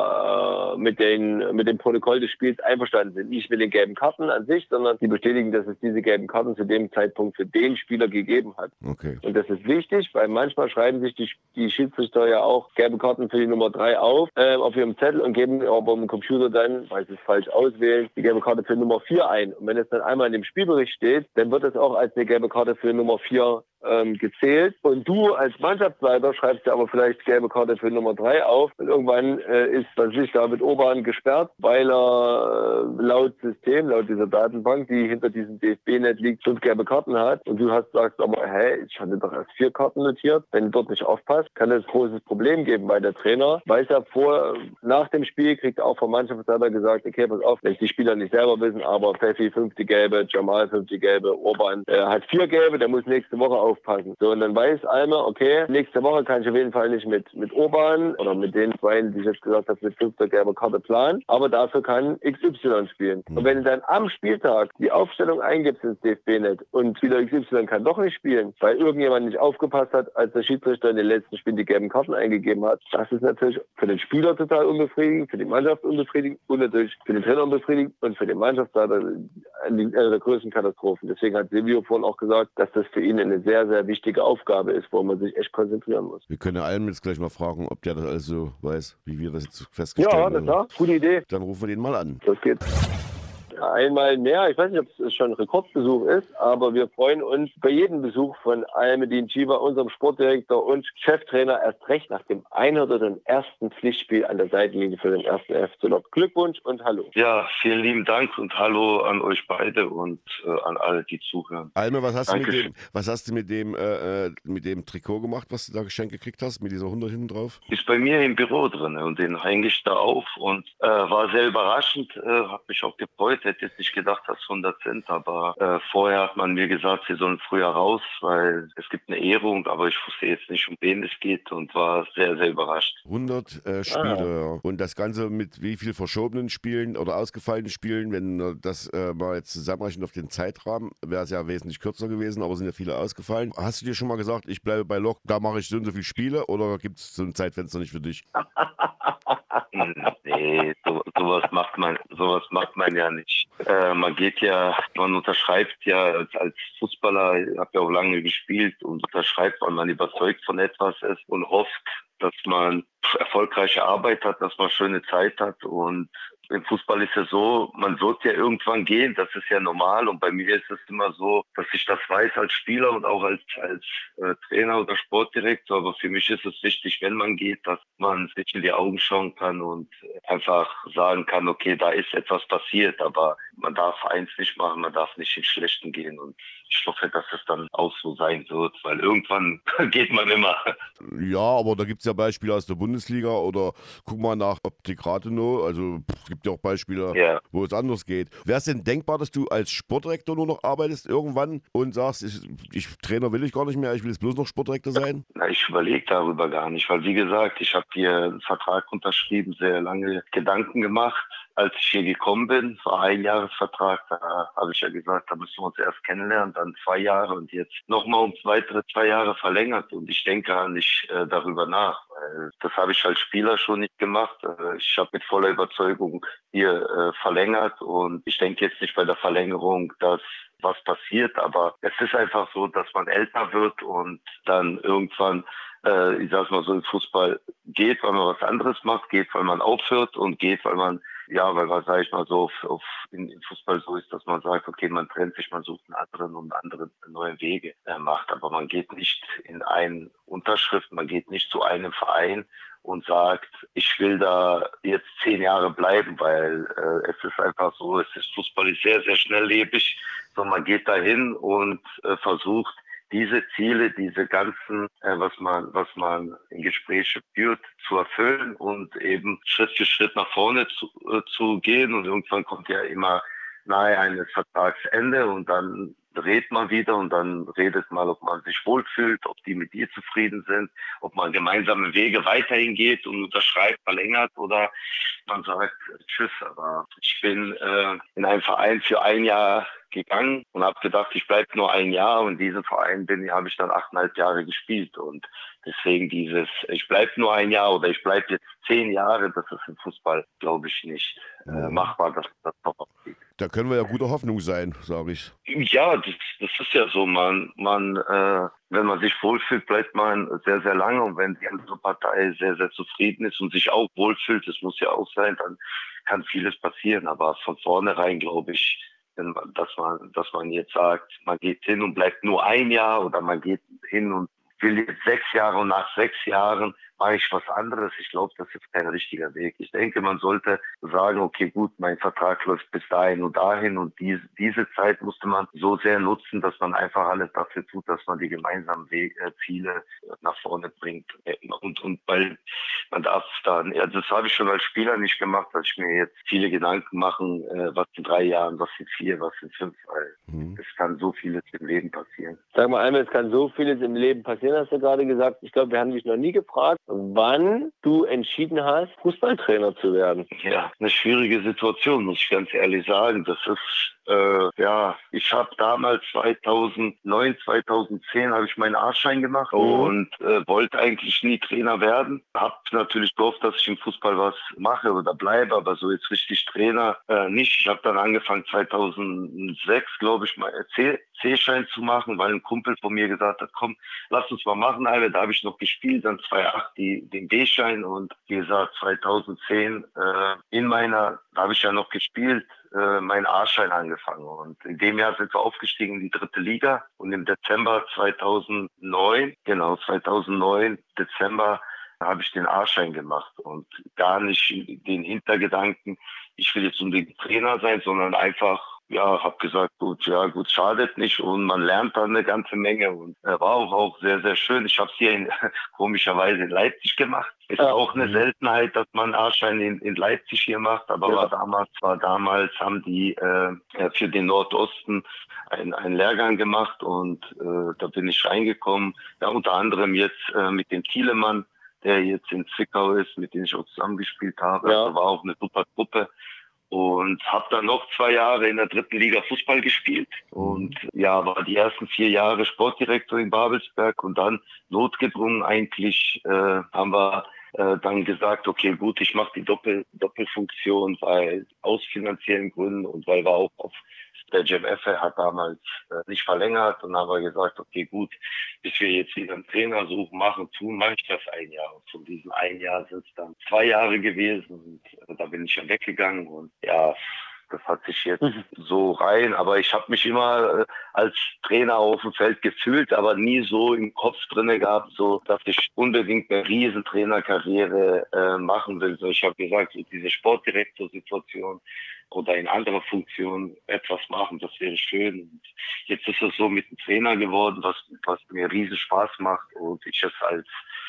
[SPEAKER 6] dem Protokoll des Spiels einverstanden sind. Nicht mit den gelben Karten an sich, sondern sie bestätigen, dass es diese gelben Karten zu dem Zeitpunkt für den Spieler gegeben hat.
[SPEAKER 3] Okay.
[SPEAKER 6] Und das ist wichtig, weil manchmal schreiben sich die Schiedsrichter ja auch gelbe Karten für die Nummer 3 auf ihrem Zettel und geben aber im Computer dann, weil sie es falsch auswählen, die gelbe Karte für Nummer 4 ein. Und wenn es dann einmal in dem Spielbericht steht, dann wird es auch als eine gelbe Karte für Nummer 4 gezählt. Und du als Mannschaftsleiter schreibst ja aber vielleicht gelbe Karte für Nummer 3 auf. Und irgendwann ist David Orban gesperrt, weil er laut dieser Datenbank, die hinter diesem DFB-Net liegt, 5 gelbe Karten hat. Und du sagst aber, ich hatte doch erst 4 Karten notiert. Wenn du dort nicht aufpasst, kann es ein großes Problem geben, weil der Trainer weiß ja nach dem Spiel kriegt er auch vom Mannschaftsleiter gesagt, okay, pass auf, wenn die Spieler nicht selber wissen, aber Pfeffi 5 die gelbe, Jamal 5 die gelbe, Orban hat 4 gelbe, der muss nächste Woche aufpassen. So, und dann weiß Almer, okay, nächste Woche kann ich auf jeden Fall nicht mit Orban oder mit den zwei, die ich jetzt gesagt habe, mit 5 gelber Karte planen, aber dafür kann XY spielen. Und wenn du dann am Spieltag die Aufstellung eingibst ins DFB-Net und Spieler XY kann doch nicht spielen, weil irgendjemand nicht aufgepasst hat, als der Schiedsrichter in den letzten Spielen die gelben Karten eingegeben hat, das ist natürlich für den Spieler total unbefriedigend, für die Mannschaft unbefriedigend und natürlich für den Trainer unbefriedigend und für den Mannschaftsleiter eine der größten Katastrophen. Deswegen hat Silvio vorhin auch gesagt, dass das für ihn eine sehr, sehr wichtige Aufgabe ist, wo man sich echt konzentrieren muss.
[SPEAKER 3] Wir können Alm jetzt gleich mal fragen, ob der das alles so weiß, wie wir das jetzt festgestellt haben.
[SPEAKER 6] Ja, klar, gute Idee.
[SPEAKER 3] Dann rufen wir den mal an.
[SPEAKER 6] Das geht. Einmal mehr, ich weiß nicht, ob es schon ein Rekordbesuch ist, aber wir freuen uns bei jedem Besuch von Almedin Civa, unserem Sportdirektor und Cheftrainer, erst recht nach dem 101. Pflichtspiel an der Seitenlinie für den 1. FC Lok. Glückwunsch und hallo.
[SPEAKER 7] Ja, vielen lieben Dank und hallo an euch beide und an alle, die zuhören.
[SPEAKER 3] Alme, was hast du mit dem Trikot gemacht, was du da geschenkt gekriegt hast, mit dieser 100 hinten drauf?
[SPEAKER 7] Ist bei mir im Büro drin und den hänge ich da auf und war sehr überraschend, habe mich auch gefreut. Hätte jetzt nicht gedacht, dass 100 sind, aber vorher hat man mir gesagt, sie sollen früher raus, weil es gibt eine Ehrung, aber ich wusste jetzt nicht, um wen es geht und war sehr, sehr überrascht.
[SPEAKER 3] 100 Spiele und das Ganze mit wie viel verschobenen Spielen oder ausgefallenen Spielen, wenn das mal jetzt zusammenrechnet auf den Zeitrahmen, wäre es ja wesentlich kürzer gewesen, aber sind ja viele ausgefallen. Hast du dir schon mal gesagt, ich bleibe bei Lok, da mache ich so und so viele Spiele oder gibt es so ein Zeitfenster nicht für dich?
[SPEAKER 7] Nee, sowas macht man ja nicht. Man unterschreibt ja als Fußballer, ich habe ja auch lange gespielt und unterschreibt, weil man überzeugt von etwas ist und hofft, dass man erfolgreiche Arbeit hat, dass man schöne Zeit hat und im Fußball ist ja so, man wird ja irgendwann gehen, das ist ja normal und bei mir ist es immer so, dass ich das weiß als Spieler und auch als Trainer oder Sportdirektor, aber für mich ist es wichtig, wenn man geht, dass man sich in die Augen schauen kann und einfach sagen kann, okay, da ist etwas passiert, aber man darf eins nicht machen, man darf nicht in Schlechten gehen und ich hoffe, dass es dann auch so sein wird, weil irgendwann geht man immer.
[SPEAKER 3] Ja, aber da gibt es ja Beispiele aus der Bundesliga oder guck mal nach Optik Rathenow, also es gibt ja auch Beispiele, wo es anders geht. Wäre es denn denkbar, dass du als Sportdirektor nur noch arbeitest irgendwann und sagst, Trainer will ich gar nicht mehr, ich will jetzt bloß noch Sportdirektor sein?
[SPEAKER 7] Na, ich überlege darüber gar nicht, weil wie gesagt, ich habe hier einen Vertrag unterschrieben, sehr lange Gedanken gemacht. Als ich hier gekommen bin, war ein Jahresvertrag, da habe ich ja gesagt, da müssen wir uns erst kennenlernen, dann 2 Jahre und jetzt nochmal um weitere 2 Jahre verlängert und ich denke gar nicht darüber nach, weil das habe ich als Spieler schon nicht gemacht. Ich habe mit voller Überzeugung hier verlängert und ich denke jetzt nicht bei der Verlängerung, dass was passiert, aber es ist einfach so, dass man älter wird und dann irgendwann ich sag's mal so, im Fußball geht, weil man was anderes macht, geht, weil man aufhört und geht, weil man, sag ich mal so, in Fußball so ist, dass man sagt, okay, man trennt sich, man sucht einen anderen neue Wege macht, aber man geht nicht in eine Unterschrift, man geht nicht zu einem Verein und sagt, ich will da jetzt 10 Jahre bleiben, weil es ist einfach so, Fußball ist sehr, sehr schnelllebig, so man geht dahin und versucht, diese Ziele, diese ganzen, was man in Gespräche führt, zu erfüllen und eben Schritt für Schritt nach vorne zu gehen. Und irgendwann kommt ja immer nahe eines Vertragsende und dann redet man wieder und dann redet mal, ob man sich wohlfühlt, ob die mit dir zufrieden sind, ob man gemeinsame Wege weiterhin geht und unterschreibt, verlängert oder man sagt Tschüss. Aber ich bin in einen Verein für ein Jahr gegangen und habe gedacht, ich bleibe nur ein Jahr und in diesem Verein habe ich dann 8,5 Jahre gespielt und deswegen ich bleibe nur ein Jahr oder ich bleibe jetzt 10 Jahre, das ist im Fußball, glaube ich, nicht machbar, dass das noch aufgeht.
[SPEAKER 3] Da können wir ja guter Hoffnung sein, sage ich.
[SPEAKER 7] Ja, das ist ja so. Wenn man sich wohlfühlt, bleibt man sehr, sehr lange. Und wenn die andere Partei sehr, sehr zufrieden ist und sich auch wohlfühlt, das muss ja auch sein, dann kann vieles passieren. Aber von vornherein glaube ich, dass man jetzt sagt, man geht hin und bleibt nur ein Jahr oder man geht hin und will jetzt 6 Jahre und nach 6 Jahren mache ich was anderes. Ich glaube, das ist kein richtiger Weg. Ich denke, man sollte sagen, okay, gut, mein Vertrag läuft bis dahin und dahin und diese Zeit musste man so sehr nutzen, dass man einfach alles dafür tut, dass man die gemeinsamen Ziele nach vorne bringt. Und weil man darf dann, ja, das habe ich schon als Spieler nicht gemacht, dass ich mir jetzt viele Gedanken machen, was in 3 Jahren, was in 4, was in 5, weil es kann so vieles im Leben passieren.
[SPEAKER 6] Sag mal einmal, es kann so vieles im Leben passieren, hast du gerade gesagt. Ich glaube, wir haben dich noch nie gefragt, wann du entschieden hast, Fußballtrainer zu werden.
[SPEAKER 7] Ja, eine schwierige Situation, muss ich ganz ehrlich sagen. Das ist, ich habe damals 2009, 2010 habe ich meinen A-Schein gemacht und wollte eigentlich nie Trainer werden. Habe natürlich gehofft, dass ich im Fußball was mache oder bleibe, aber so jetzt richtig Trainer nicht. Ich habe dann angefangen 2006, glaube ich, mal C-Schein zu machen, weil ein Kumpel von mir gesagt hat, komm, lass uns mal machen, Alter. Da habe ich noch gespielt, dann 2008 den B-Schein und wie gesagt 2010 da habe ich ja noch gespielt, meinen A-Schein angefangen und in dem Jahr sind wir aufgestiegen in die 3. Liga und im Dezember 2009, Dezember, habe ich den A-Schein gemacht und gar nicht den Hintergedanken, ich will jetzt unbedingt Trainer sein, sondern einfach, ja, habe gesagt, gut, schadet nicht und man lernt dann eine ganze Menge und war auch sehr, sehr schön. Ich habe es hier komischerweise in Leipzig gemacht. Ist auch eine Seltenheit, dass man A-Schein in Leipzig hier macht, aber damals haben die für den Nordosten einen Lehrgang gemacht und da bin ich reingekommen. Ja, unter anderem jetzt mit dem Thielemann, der jetzt in Zwickau ist, mit dem ich auch zusammengespielt habe. Ja. Das war auch eine super Truppe. Und habe dann noch 2 Jahre in der 3. Liga Fußball gespielt und ja, war die ersten 4 Jahre Sportdirektor in Babelsberg und dann notgedrungen eigentlich haben wir dann gesagt, okay, gut, ich mache die Doppelfunktion, weil aus finanziellen Gründen und weil wir auch der GMF hat damals nicht verlängert und haben wir gesagt, okay, gut, bis wir jetzt wieder einen Trainer suchen, mache ich das 1 Jahr. Und von diesem 1 Jahr sind es dann 2 Jahre gewesen und da bin ich ja weggegangen und ja, das hat sich jetzt so rein, aber ich habe mich immer als Trainer auf dem Feld gefühlt, aber nie so im Kopf drinne gehabt, so dass ich unbedingt eine riesen Trainerkarriere machen will. So, ich habe gesagt, so diese Sportdirektorsituation oder in anderer Funktion etwas machen, das wäre schön. Und jetzt ist es so mit dem Trainer geworden, was mir riesen Spaß macht und ich es als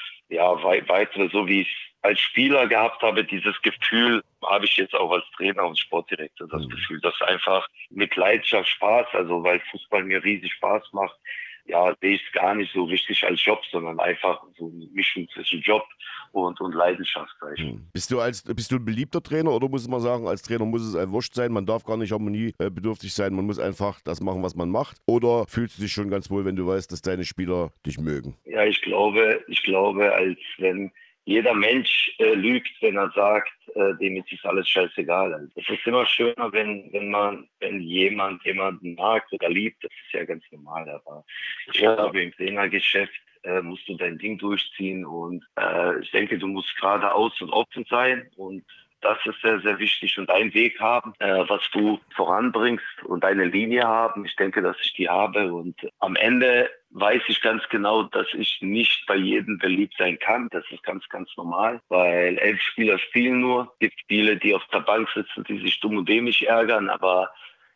[SPEAKER 7] weitere, so wie ich als Spieler gehabt habe, dieses Gefühl habe ich jetzt auch als Trainer und Sportdirektor, das Gefühl, dass einfach mit Leidenschaft Spaß, also weil Fußball mir riesig Spaß macht, ja, sehe ich es gar nicht so richtig als Job, sondern einfach so eine Mischung zwischen Job und Leidenschaft.
[SPEAKER 3] Bist du ein beliebter Trainer oder muss man sagen, als Trainer muss es ein Wurscht sein, man darf gar nicht harmoniebedürftig sein, man muss einfach das machen, was man macht? Oder fühlst du dich schon ganz wohl, wenn du weißt, dass deine Spieler dich mögen?
[SPEAKER 7] Ja, ich glaube, als wenn jeder Mensch lügt, wenn er sagt, dem ist alles scheißegal. Also, es ist immer schöner, wenn jemand jemanden mag oder liebt, das ist ja ganz normal. Aber ich glaube, im Trainergeschäft musst du dein Ding durchziehen und ich denke, du musst geradeaus und offen sein und das ist sehr, sehr wichtig und einen Weg haben, was du voranbringst und eine Linie haben. Ich denke, dass ich die habe und am Ende weiß ich ganz genau, dass ich nicht bei jedem beliebt sein kann. Das ist ganz, ganz normal, weil 11 Spieler spielen nur. Es gibt viele, die auf der Bank sitzen, die sich dumm und dämlich ärgern, aber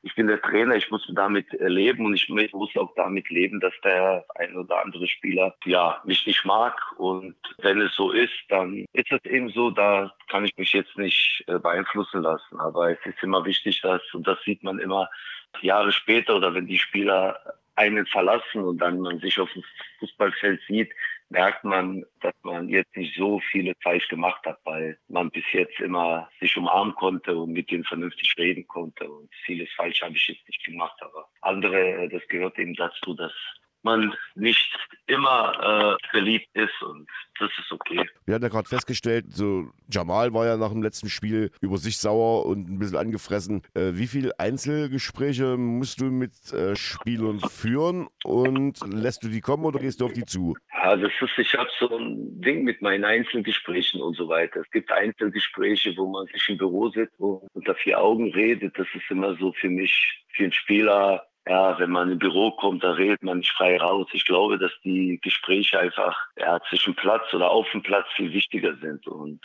[SPEAKER 7] ich bin der Trainer, ich muss damit leben und ich muss auch damit leben, dass der ein oder andere Spieler mich nicht mag. Und wenn es so ist, dann ist es eben so, da kann ich mich jetzt nicht beeinflussen lassen. Aber es ist immer wichtig, und das sieht man immer Jahre später oder wenn die Spieler einen verlassen und dann man sich auf dem Fußballfeld sieht, merkt man, dass man jetzt nicht so viele falsch gemacht hat, weil man bis jetzt immer sich umarmen konnte und mit denen vernünftig reden konnte. Und vieles falsch habe ich jetzt nicht gemacht, aber andere, das gehört eben dazu, dass man nicht immer beliebt ist und das ist okay.
[SPEAKER 3] Wir hatten ja gerade festgestellt, so Jamal war ja nach dem letzten Spiel über sich sauer und ein bisschen angefressen. Wie viele Einzelgespräche musst du mit Spielern führen und lässt du die kommen oder gehst du auf die zu?
[SPEAKER 7] Ja, ich habe so ein Ding mit meinen Einzelgesprächen und so weiter. Es gibt Einzelgespräche, wo man sich im Büro sitzt und unter vier Augen redet. Das ist immer so für mich, für einen Spieler. Ja, wenn man im Büro kommt, da redet man nicht frei raus. Ich glaube, dass die Gespräche einfach zwischen Platz oder auf dem Platz viel wichtiger sind. Und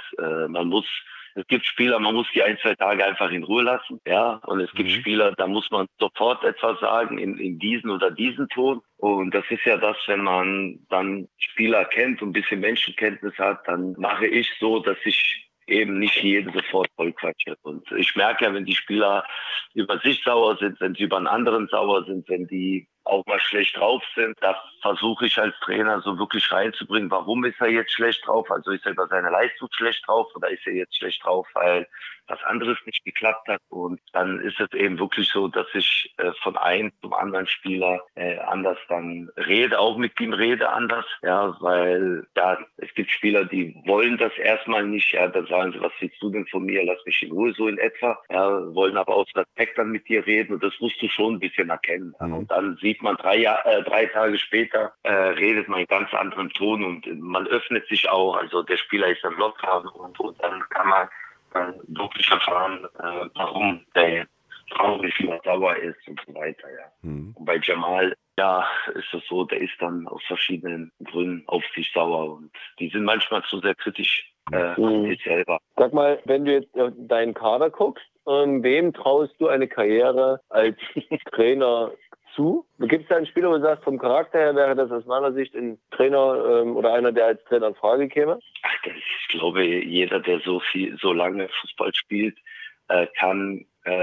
[SPEAKER 7] es gibt Spieler, man muss die 1-2 Tage einfach in Ruhe lassen. Ja, und es gibt Spieler, da muss man sofort etwas sagen in diesen oder diesen Ton. Und das ist ja das, wenn man dann Spieler kennt und ein bisschen Menschenkenntnis hat, dann mache ich so, dass ich eben nicht jeden sofort vollquatsche. Und ich merke ja, wenn die Spieler über sich sauer sind, wenn sie über einen anderen sauer sind, wenn die auch mal schlecht drauf sind, da versuche ich als Trainer so wirklich reinzubringen, warum ist er jetzt schlecht drauf? Also ist er über seine Leistung schlecht drauf oder ist er jetzt schlecht drauf, weil was anderes nicht geklappt hat? Und dann ist es eben wirklich so, dass ich von einem zum anderen Spieler anders dann rede, auch mit ihm rede anders, ja, weil es gibt Spieler, die wollen das erstmal nicht, ja, dann sagen sie, was willst du denn von mir, lass mich in Ruhe, so in etwa, ja, wollen aber aus Respekt dann mit dir reden und das musst du schon ein bisschen erkennen. Ja. Und dann sieht man 3 Tage später, redet man in ganz anderen Ton und man öffnet sich auch, also der Spieler ist dann locker und dann kann man wirklich erfahren, warum der traurig oder sauer ist und so weiter, ja. Und bei Jamal, ist es so, der ist dann aus verschiedenen Gründen auf sich sauer und die sind manchmal zu sehr kritisch an sich selber.
[SPEAKER 6] Sag mal, wenn du jetzt auf deinen Kader guckst, wem traust du eine Karriere als Trainer zu? Gibt es da einen Spieler, wo du sagst, vom Charakter her wäre das aus meiner Sicht ein Trainer oder einer, der als Trainer in Frage käme?
[SPEAKER 7] Ich glaube, jeder, der so lange Fußball spielt, kann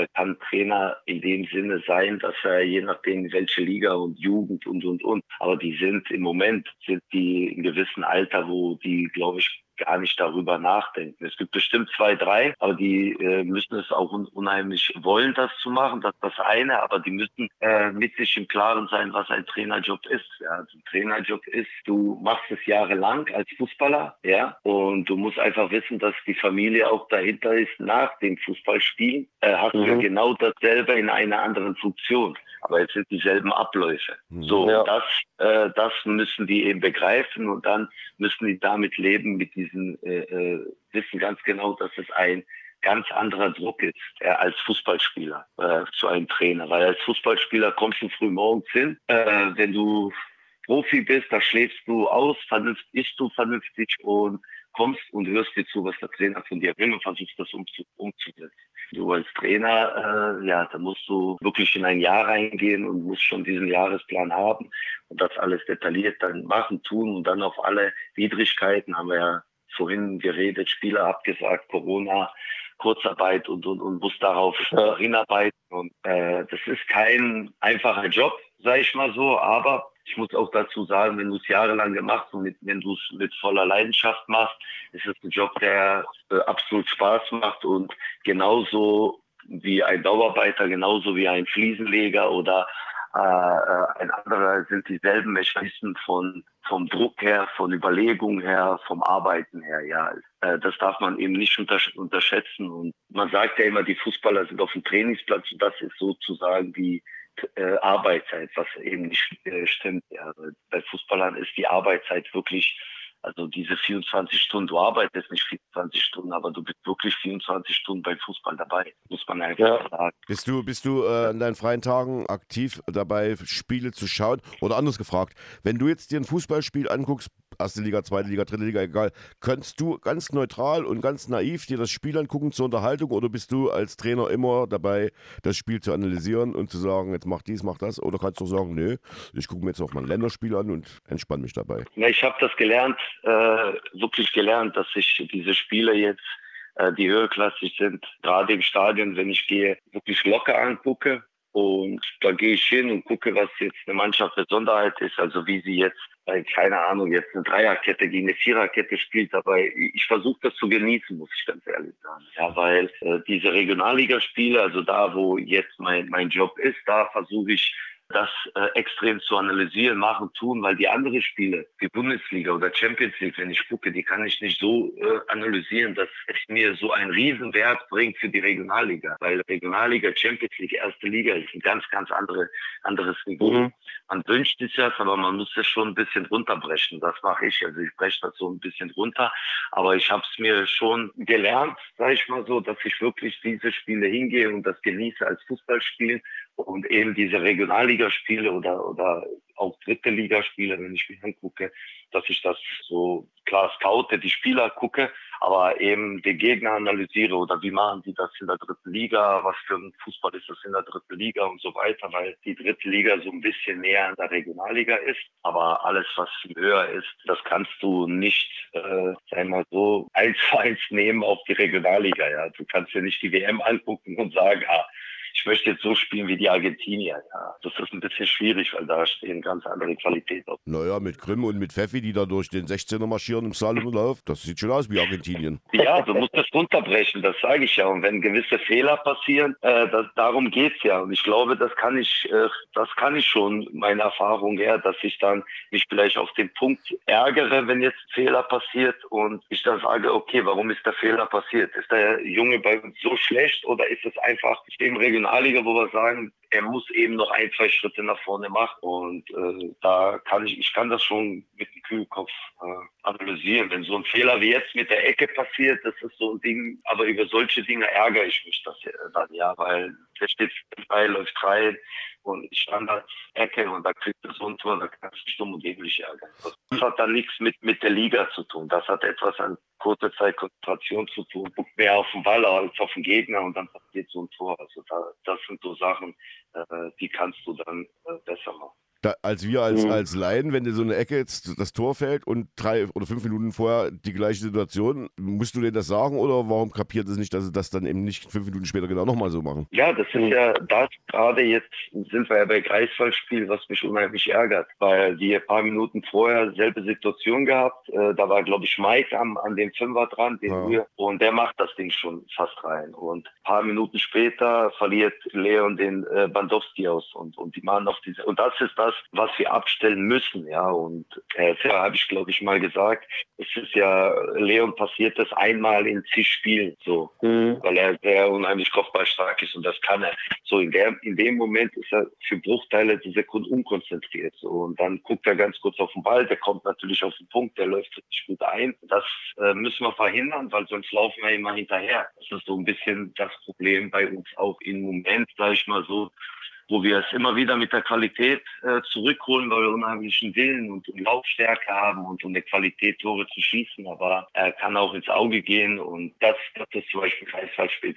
[SPEAKER 7] Trainer in dem Sinne sein, dass er je nachdem welche Liga und Jugend und. Aber die sind im Moment, in einem gewissen Alter, wo die, glaube ich, gar nicht darüber nachdenken. Es gibt bestimmt 2, 3, aber die müssen es auch unheimlich wollen, das zu machen. Das ist das eine, aber die müssen mit sich im Klaren sein, was ein Trainerjob ist. Ja, also ein Trainerjob ist, du machst es jahrelang als Fußballer, ja, und du musst einfach wissen, dass die Familie auch dahinter ist. Nach dem Fußballspielen hast du genau dasselbe in einer anderen Funktion. Aber es sind dieselben Abläufe. So, das müssen die eben begreifen und dann müssen die damit leben, mit diesen, wissen ganz genau, dass es ein ganz anderer Druck ist als Fußballspieler zu einem Trainer. Weil als Fußballspieler kommst du früh morgens hin, wenn du Profi bist, da schläfst du aus, isst du vernünftig und kommst und hörst dir zu, was der Trainer von dir will und versuchst das umzusetzen. Du als Trainer, da musst du wirklich in ein Jahr reingehen und musst schon diesen Jahresplan haben und das alles detailliert dann machen, tun und dann auf alle Widrigkeiten, haben wir ja vorhin geredet, Spieler abgesagt, Corona, Kurzarbeit und muss darauf hinarbeiten. Und das ist kein einfacher Job, sage ich mal so, aber ich muss auch dazu sagen, wenn du es jahrelang gemacht und wenn du es mit voller Leidenschaft machst, ist es ein Job, der absolut Spaß macht und genauso wie ein Bauarbeiter, genauso wie ein Fliesenleger oder ein anderer sind dieselben Mechanismen vom Druck her, von Überlegung her, vom Arbeiten her. Ja, das darf man eben nicht unterschätzen. Und man sagt ja immer, die Fußballer sind auf dem Trainingsplatz und das ist sozusagen die Arbeitszeit, was eben nicht stimmt. Ja. Bei Fußballern ist die Arbeitszeit wirklich, also diese 24 Stunden, du arbeitest nicht 24 Stunden, aber du bist wirklich 24 Stunden beim Fußball dabei, muss man einfach sagen.
[SPEAKER 3] Bist du an deinen freien Tagen aktiv dabei, Spiele zu schauen? Oder anders gefragt, wenn du jetzt dir ein Fußballspiel anguckst, erste Liga, zweite Liga, dritte Liga, egal. Kannst du ganz neutral und ganz naiv dir das Spiel angucken zur Unterhaltung oder bist du als Trainer immer dabei, das Spiel zu analysieren und zu sagen, jetzt mach dies, mach das? Oder kannst du sagen, nö, ich gucke mir jetzt auch mal ein Länderspiel an und entspanne mich dabei?
[SPEAKER 7] Na, ich habe das gelernt, wirklich gelernt, dass ich diese Spiele jetzt, die höherklassig sind, gerade im Stadion, wenn ich gehe, wirklich locker angucke. Und da gehe ich hin und gucke, was jetzt eine Mannschaft Besonderheit ist, also wie sie jetzt, keine Ahnung, jetzt eine Dreierkette gegen eine Viererkette spielt. Aber ich versuche das zu genießen, muss ich ganz ehrlich sagen. Ja, weil diese Regionalligaspiele, also da, wo jetzt mein Job ist, da versuche ich das extrem zu analysieren, machen, tun, weil die anderen Spiele, wie Bundesliga oder Champions League, wenn ich gucke, die kann ich nicht so analysieren, dass es mir so einen Riesenwert bringt für die Regionalliga. Weil Regionalliga, Champions League, erste Liga ist ein ganz, ganz anderes Niveau. Mhm. Man wünscht sich das, aber man muss es schon ein bisschen runterbrechen. Das mache ich. Also ich breche das so ein bisschen runter. Aber ich habe es mir schon gelernt, sage ich mal so, dass ich wirklich diese Spiele hingehe und das genieße als Fußballspiel. Und eben diese Regionalligaspiele oder auch dritte Ligaspiele, wenn ich mir angucke, dass ich das so klar scoute, die Spieler gucke, aber eben den Gegner analysiere oder wie machen die das in der dritten Liga, was für ein Fußball ist das in der dritten Liga und so weiter, weil die dritte Liga so ein bisschen näher an der Regionalliga ist, aber alles, was viel höher ist, das kannst du nicht, sag ich mal so, 1:1 nehmen auf die Regionalliga. Ja, du kannst dir nicht die WM angucken und sagen, ich möchte jetzt so spielen wie die Argentinier. Ja, das ist ein bisschen schwierig, weil da stehen ganz andere Qualität auf.
[SPEAKER 3] Naja, mit Grimm und mit Pfeffi, die da durch den 16er marschieren im Slalomlauf, das sieht schon aus wie Argentinien.
[SPEAKER 7] Ja, du musst das runterbrechen, das sage ich ja. Und wenn gewisse Fehler passieren, darum geht's ja. Und ich glaube, das kann ich schon, meine Erfahrung her, dass ich dann mich vielleicht auf den Punkt ärgere, wenn jetzt ein Fehler passiert und ich dann sage, okay, warum ist der Fehler passiert? Ist der Junge bei uns so schlecht oder ist es einfach im Regionalliga, wo wir sagen, er muss eben noch 1-2 Schritte nach vorne machen. Und da kann ich kann das schon mit dem Kühlkopf analysieren. Wenn so ein Fehler wie jetzt mit der Ecke passiert, das ist so ein Ding, aber über solche Dinge ärgere ich mich dann, ja, weil der steht frei, läuft rein und Standard-Ecke und da kriegt er so ein Tor, da kannst du stumm und dämlich ärgern. Das hat dann nichts mit der Liga zu tun. Das hat etwas an kurzer Zeit Konzentration zu tun. Guckt mehr auf den Ball als auf den Gegner und dann passiert so ein Tor. Also das sind so Sachen, die kannst du dann besser machen.
[SPEAKER 3] Als Laien, wenn dir so eine Ecke jetzt das Tor fällt und 3 oder 5 Minuten vorher die gleiche Situation, musst du denen das sagen oder warum kapiert es nicht, dass sie das dann eben nicht 5 Minuten später genau nochmal so machen?
[SPEAKER 7] Ja, das ist ja das, gerade jetzt sind wir ja bei Greifswald-Spiel, was mich unheimlich ärgert, weil die ein paar Minuten vorher selbe Situation gehabt, da war glaube ich Mike an dem Fünfer dran, und der macht das Ding schon fast rein und ein paar Minuten später verliert Leon den Bandowski aus und die machen auf diese, und das ist das, was wir abstellen müssen, ja, und habe ich glaube ich mal gesagt, es ist ja, Leon passiert das einmal in zig Spielen, so, weil er sehr unheimlich kopfballstark ist und das kann er. So in dem Moment ist er für Bruchteile der Sekunden unkonzentriert, so, und dann guckt er ganz kurz auf den Ball, der kommt natürlich auf den Punkt, der läuft richtig gut ein. Das müssen wir verhindern, weil sonst laufen wir immer hinterher. Das ist so ein bisschen das Problem bei uns auch im Moment, sage ich mal so, wo wir es immer wieder mit der Qualität zurückholen, weil wir unheimlichen Willen und Laufstärke haben und eine Qualität, Tore zu schießen, aber er kann auch ins Auge gehen und das ist zum Beispiel Greifswald-Spiel,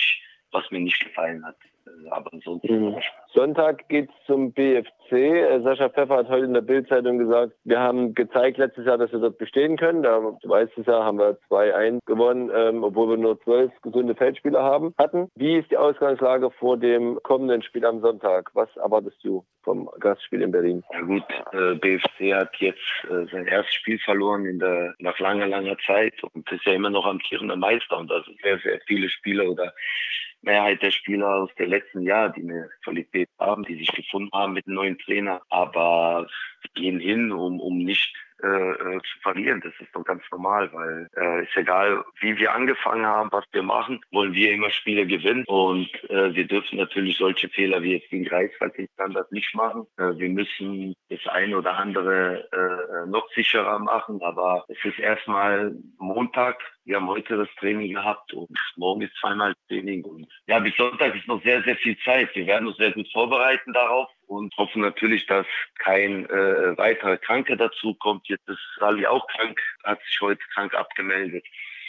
[SPEAKER 7] was mir nicht gefallen hat. Aber ansonsten.
[SPEAKER 6] Sonntag geht's zum BFC. Sascha Pfeffer hat heute in der Bild-Zeitung gesagt, wir haben gezeigt letztes Jahr, dass wir dort bestehen können. Du weißt es ja, haben wir 2-1 gewonnen, obwohl wir nur 12 gesunde Feldspieler hatten. Wie ist die Ausgangslage vor dem kommenden Spiel am Sonntag? Was erwartest du vom Gastspiel in Berlin?
[SPEAKER 7] Ja gut, BFC hat jetzt sein erstes Spiel verloren nach langer Zeit und ist ja immer noch amtierender Meister und da sind sehr, sehr viele Spieler oder Mehrheit der Spieler aus den letzten Jahren, die eine Qualität haben, die sich gefunden haben mit einem neuen Trainer, aber gehen hin, um nicht zu verlieren. Das ist doch ganz normal, weil ist egal, wie wir angefangen haben, was wir machen, wollen wir immer Spiele gewinnen und wir dürfen natürlich solche Fehler wie jetzt gegen Greifswald den Standard nicht machen. Wir müssen das eine oder andere noch sicherer machen, aber es ist erstmal Montag. Wir haben heute das Training gehabt und morgen ist zweimal Training und ja, bis Sonntag ist noch sehr, sehr viel Zeit. Wir werden uns sehr gut vorbereiten darauf und hoffen natürlich, dass kein weiterer Kranke dazu kommt. Jetzt ist Sally auch krank, hat sich heute krank abgemeldet.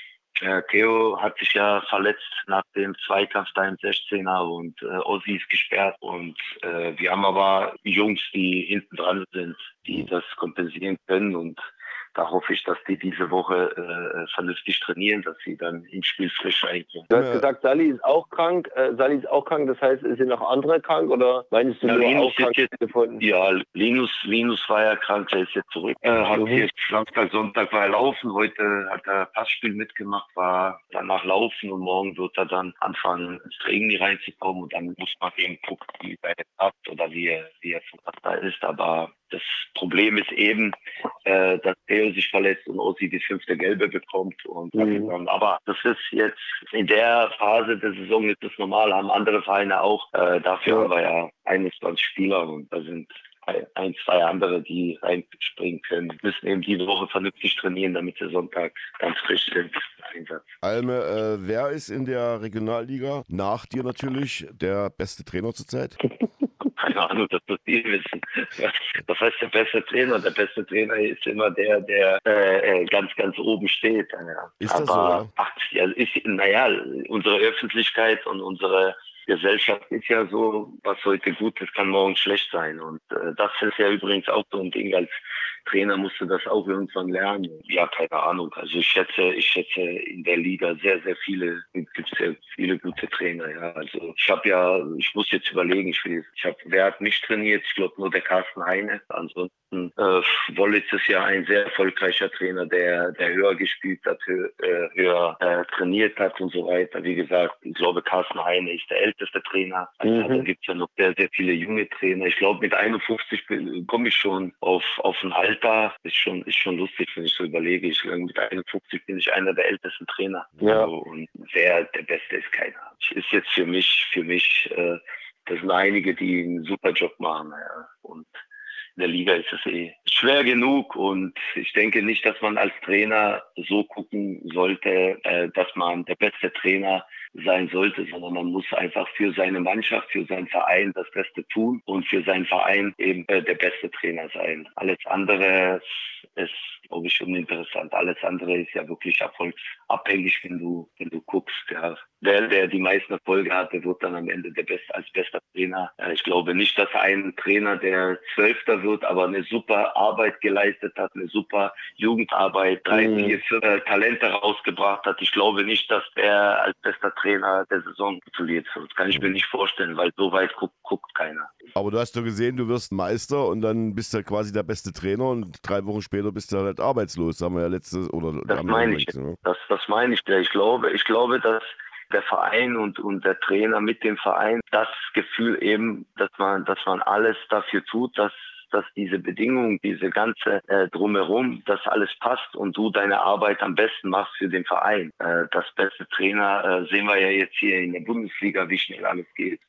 [SPEAKER 7] Theo hat sich ja verletzt nach dem Zweikampf da im 16er und Ossi ist gesperrt. Und wir haben aber Jungs, die hinten dran sind, die das kompensieren können. Und da hoffe ich, dass die diese Woche vernünftig trainieren, dass sie dann im Spiel frisch reingehen.
[SPEAKER 6] Du hast gesagt, Sally ist auch krank. Das heißt, sind noch andere krank oder meinst du nur
[SPEAKER 7] Linus
[SPEAKER 6] auch krank gefunden?
[SPEAKER 7] Ja, Linus war ja krank, der ist jetzt zurück. Hat jetzt Samstag, Sonntag war er laufen. Heute hat er Passspiel mitgemacht, war danach laufen und morgen wird er dann anfangen, ins Training reinzukommen und dann muss man eben gucken, wie er hat oder wie er von da ist. Aber das Problem ist eben, dass Theo sich verletzt und Ossi die 5. Gelbe bekommt. Aber das ist jetzt in der Phase der Saison ist das normal, haben andere Vereine auch. Dafür haben wir ja 21 Spieler und da sind 1, 2 andere, die reinspringen können. Wir müssen eben diese Woche vernünftig trainieren, damit sie Sonntag ganz frisch sind. Einsatz.
[SPEAKER 3] Alme, wer ist in der Regionalliga nach dir natürlich der beste Trainer zurzeit?
[SPEAKER 7] Keine Ahnung, das muss ihr wissen. Was heißt der beste Trainer? Der beste Trainer ist immer der ganz, ganz oben steht. Ja.
[SPEAKER 3] Ist das so?
[SPEAKER 7] Ja? Unsere Öffentlichkeit und unsere Gesellschaft ist ja so, was heute gut ist, kann morgen schlecht sein. Und das ist ja übrigens auch so ein Ding. Als Trainer musst du das auch irgendwann lernen. Ja, keine Ahnung. Also ich schätze in der Liga sehr, sehr viele, gibt sehr viele gute Trainer. Ja, also ich muss jetzt überlegen, wer hat mich trainiert? Ich glaube nur der Carsten Heine. Ansonsten Wollitz ist ja ein sehr erfolgreicher Trainer, der höher gespielt hat, höher trainiert hat und so weiter. Wie gesagt, ich glaube Carsten Heine ist der älteste Trainer. Also da gibt es ja noch sehr, sehr viele junge Trainer. Ich glaube mit 51 komme ich schon auf ein Alter. Ist schon lustig, wenn ich so überlege. Mit 51 bin ich einer der ältesten Trainer. Ja. Also, und wer der Beste ist, keiner. Ist jetzt für mich, das sind einige, die einen super Job machen. Ja. Und in der Liga ist es schwer genug und ich denke nicht, dass man als Trainer so gucken sollte, dass man der beste Trainer sein sollte, sondern man muss einfach für seine Mannschaft, für seinen Verein das Beste tun und für seinen Verein eben der beste Trainer sein. Alles andere ist, glaube ich, uninteressant. Alles andere ist ja wirklich erfolgsabhängig, wenn du guckst. Ja. Der die meisten Erfolge hat, der wird dann am Ende als bester Trainer. Ich glaube nicht, dass ein Trainer, der 12. wird, aber eine super Arbeit geleistet hat, eine super Jugendarbeit, 3, 4, 5 Talente rausgebracht hat. Ich glaube nicht, dass der als bester Trainer der Saison tituliert wird. Das kann ich mir nicht vorstellen, weil so weit guckt keiner.
[SPEAKER 3] Aber du hast doch gesehen, du wirst Meister und dann bist du quasi der beste Trainer und 3 Wochen später bist du halt arbeitslos. Das haben wir ja
[SPEAKER 7] Das meine ich. Das meine ich. Ich glaube, dass der Verein und der Trainer mit dem Verein das Gefühl eben, dass man alles dafür tut, dass diese Bedingungen, diese ganze Drumherum, dass alles passt und du deine Arbeit am besten machst für den Verein. Das beste Trainer sehen wir ja jetzt hier in der Bundesliga, wie schnell alles geht,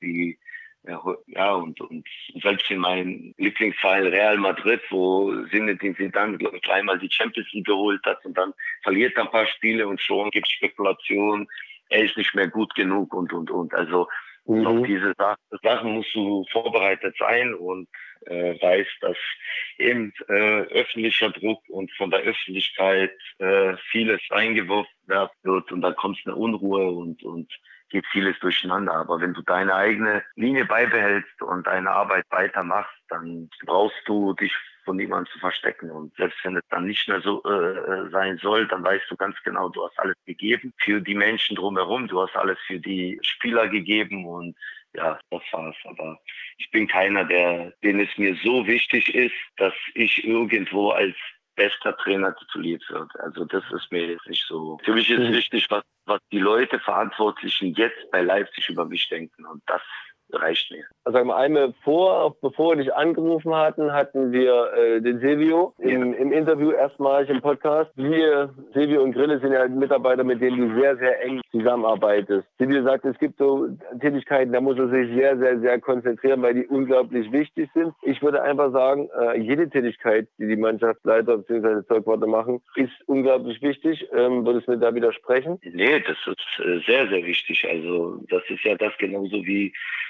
[SPEAKER 7] und selbst in meinem Lieblingsverein Real Madrid, wo Zinedine Zidane, glaube ich, 3-mal die Champions League geholt hat und dann verliert er ein paar Spiele und schon gibt es Spekulationen, er ist nicht mehr gut genug und. Also auf diese Sachen musst du vorbereitet sein und weißt, dass eben öffentlicher Druck und von der Öffentlichkeit vieles eingeworfen wird und dann kommt eine Unruhe und geht vieles durcheinander. Aber wenn du deine eigene Linie beibehältst und deine Arbeit weitermachst, dann brauchst du dich von niemandem zu verstecken. Und selbst wenn es dann nicht mehr so sein soll, dann weißt du ganz genau, du hast alles gegeben für die Menschen drumherum, du hast alles für die Spieler gegeben und ja, das war's. Aber ich bin keiner, den es mir so wichtig ist, dass ich irgendwo als bester Trainer tituliert wird. Also das ist mir jetzt nicht so. Für mich ist wichtig, was die Leute, Verantwortlichen jetzt bei Leipzig über mich denken. Und das reicht mir.
[SPEAKER 6] Also einmal bevor wir dich angerufen hatten wir den Silvio im Interview erstmalig im Podcast. Silvio und Grille sind ja Mitarbeiter, mit denen du sehr, sehr eng zusammenarbeitest. Silvio sagt, es gibt so Tätigkeiten, da muss er sich sehr, sehr, sehr konzentrieren, weil die unglaublich wichtig sind. Ich würde einfach sagen, jede Tätigkeit, die die Mannschaftsleiter bzw. Zeugwarte machen, ist unglaublich wichtig. Würdest du mir da widersprechen?
[SPEAKER 7] Nee, das ist sehr, sehr wichtig. Also das ist ja das genauso wie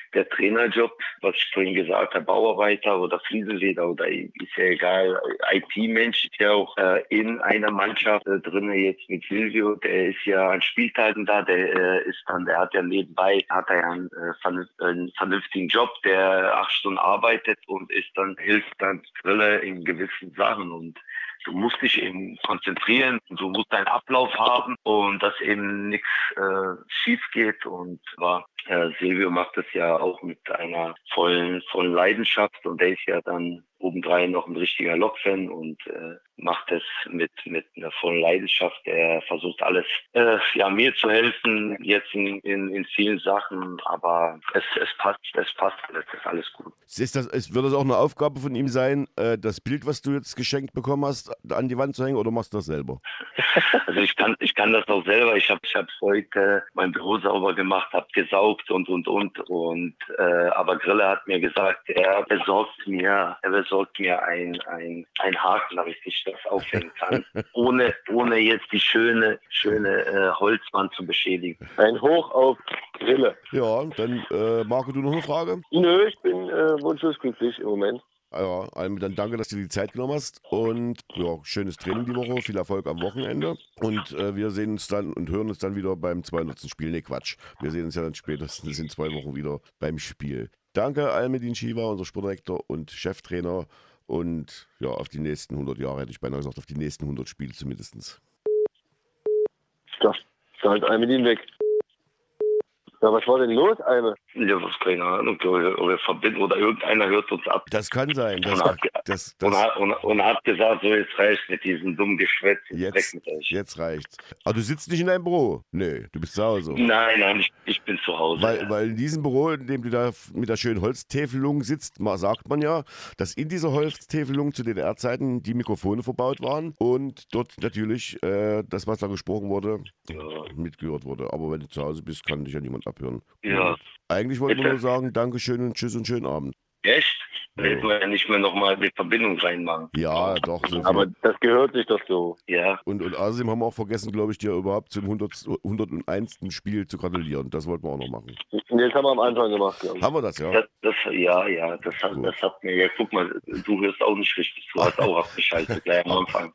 [SPEAKER 7] der Trainerjob, was ich vorhin gesagt habe, Bauarbeiter oder Fliesenleger oder ist ja egal, IT-Mensch ist ja auch in einer Mannschaft drin jetzt mit Silvio, der ist ja an Spieltagen da, der hat ja nebenbei, einen vernünftigen Job, der 8 Stunden arbeitet und hilft dann Grille in gewissen Sachen und du musst dich eben konzentrieren, du musst deinen Ablauf haben und dass eben nichts schief geht. Und Silvio macht das ja auch mit einer vollen Leidenschaft und der ist ja dann obendrein noch ein richtiger Lok-Fan und macht es mit einer vollen Leidenschaft. Er versucht alles, mir zu helfen, jetzt in vielen Sachen, aber es passt alles, ist alles gut.
[SPEAKER 3] Wird das auch eine Aufgabe von ihm sein, das Bild, was du jetzt geschenkt bekommen hast, an die Wand zu hängen, oder machst du das selber?
[SPEAKER 7] Also ich kann das auch selber. Ich habe heute mein Büro sauber gemacht, habe gesaugt und. Aber Grille hat mir gesagt, er besorgt mir einen Haken, damit ich das aufhängen kann, ohne jetzt die schöne Holzwand zu beschädigen.
[SPEAKER 6] Ein Hoch auf Grille.
[SPEAKER 3] Ja, dann Marco, du noch eine Frage?
[SPEAKER 6] Nö, ich bin wunschlos glücklich im Moment.
[SPEAKER 3] Ja, dann danke, dass du dir die Zeit genommen hast und ja, schönes Training die Woche, viel Erfolg am Wochenende und wir sehen uns dann und hören uns dann wieder beim 200. Spiel. Nee, Quatsch, wir sehen uns ja dann spätestens in 2 Wochen wieder beim Spiel. Danke Almedin Shiva, unser Sportdirektor und Cheftrainer und ja, auf die nächsten 100 Jahre, hätte ich beinahe gesagt, auf die nächsten 100 Spiele zumindest.
[SPEAKER 6] Da ist Almedin weg. Ja, was war denn los, Alme?
[SPEAKER 7] Ja, was, keine Ahnung, wir verbinden oder irgendeiner hört uns ab.
[SPEAKER 3] Das kann sein.
[SPEAKER 7] Und hat gesagt, so jetzt reicht's mit diesem dummen Geschwätz.
[SPEAKER 3] Jetzt reicht's. Aber du sitzt nicht in deinem Büro? Nee, du bist zu Hause.
[SPEAKER 7] Nein, ich bin zu Hause.
[SPEAKER 3] Weil in diesem Büro, in dem du da mit der schönen Holztäfelung sitzt, sagt man ja, dass in dieser Holztäfelung zu DDR-Zeiten die Mikrofone verbaut waren und dort natürlich das, was da gesprochen wurde, mitgehört wurde. Aber wenn du zu Hause bist, kann dich ja niemand abhören.
[SPEAKER 7] Ja.
[SPEAKER 3] Eigentlich wollten wir nur sagen, Dankeschön und Tschüss und schönen Abend.
[SPEAKER 7] Echt? Da hätten wir ja nicht mehr nochmal die Verbindung reinmachen.
[SPEAKER 3] Ja, doch. So
[SPEAKER 6] aber das gehört sich doch so.
[SPEAKER 7] Ja.
[SPEAKER 3] Und außerdem haben wir auch vergessen, glaube ich, dir überhaupt zum 101. Spiel zu gratulieren. Das wollten wir auch noch machen.
[SPEAKER 6] Das haben wir am Anfang gemacht, glaube ich.
[SPEAKER 3] Haben wir das, ja?
[SPEAKER 7] Das hat mir, ja, guck mal, du hörst auch nicht richtig. Du hast auch abgeschaltet gleich am Anfang.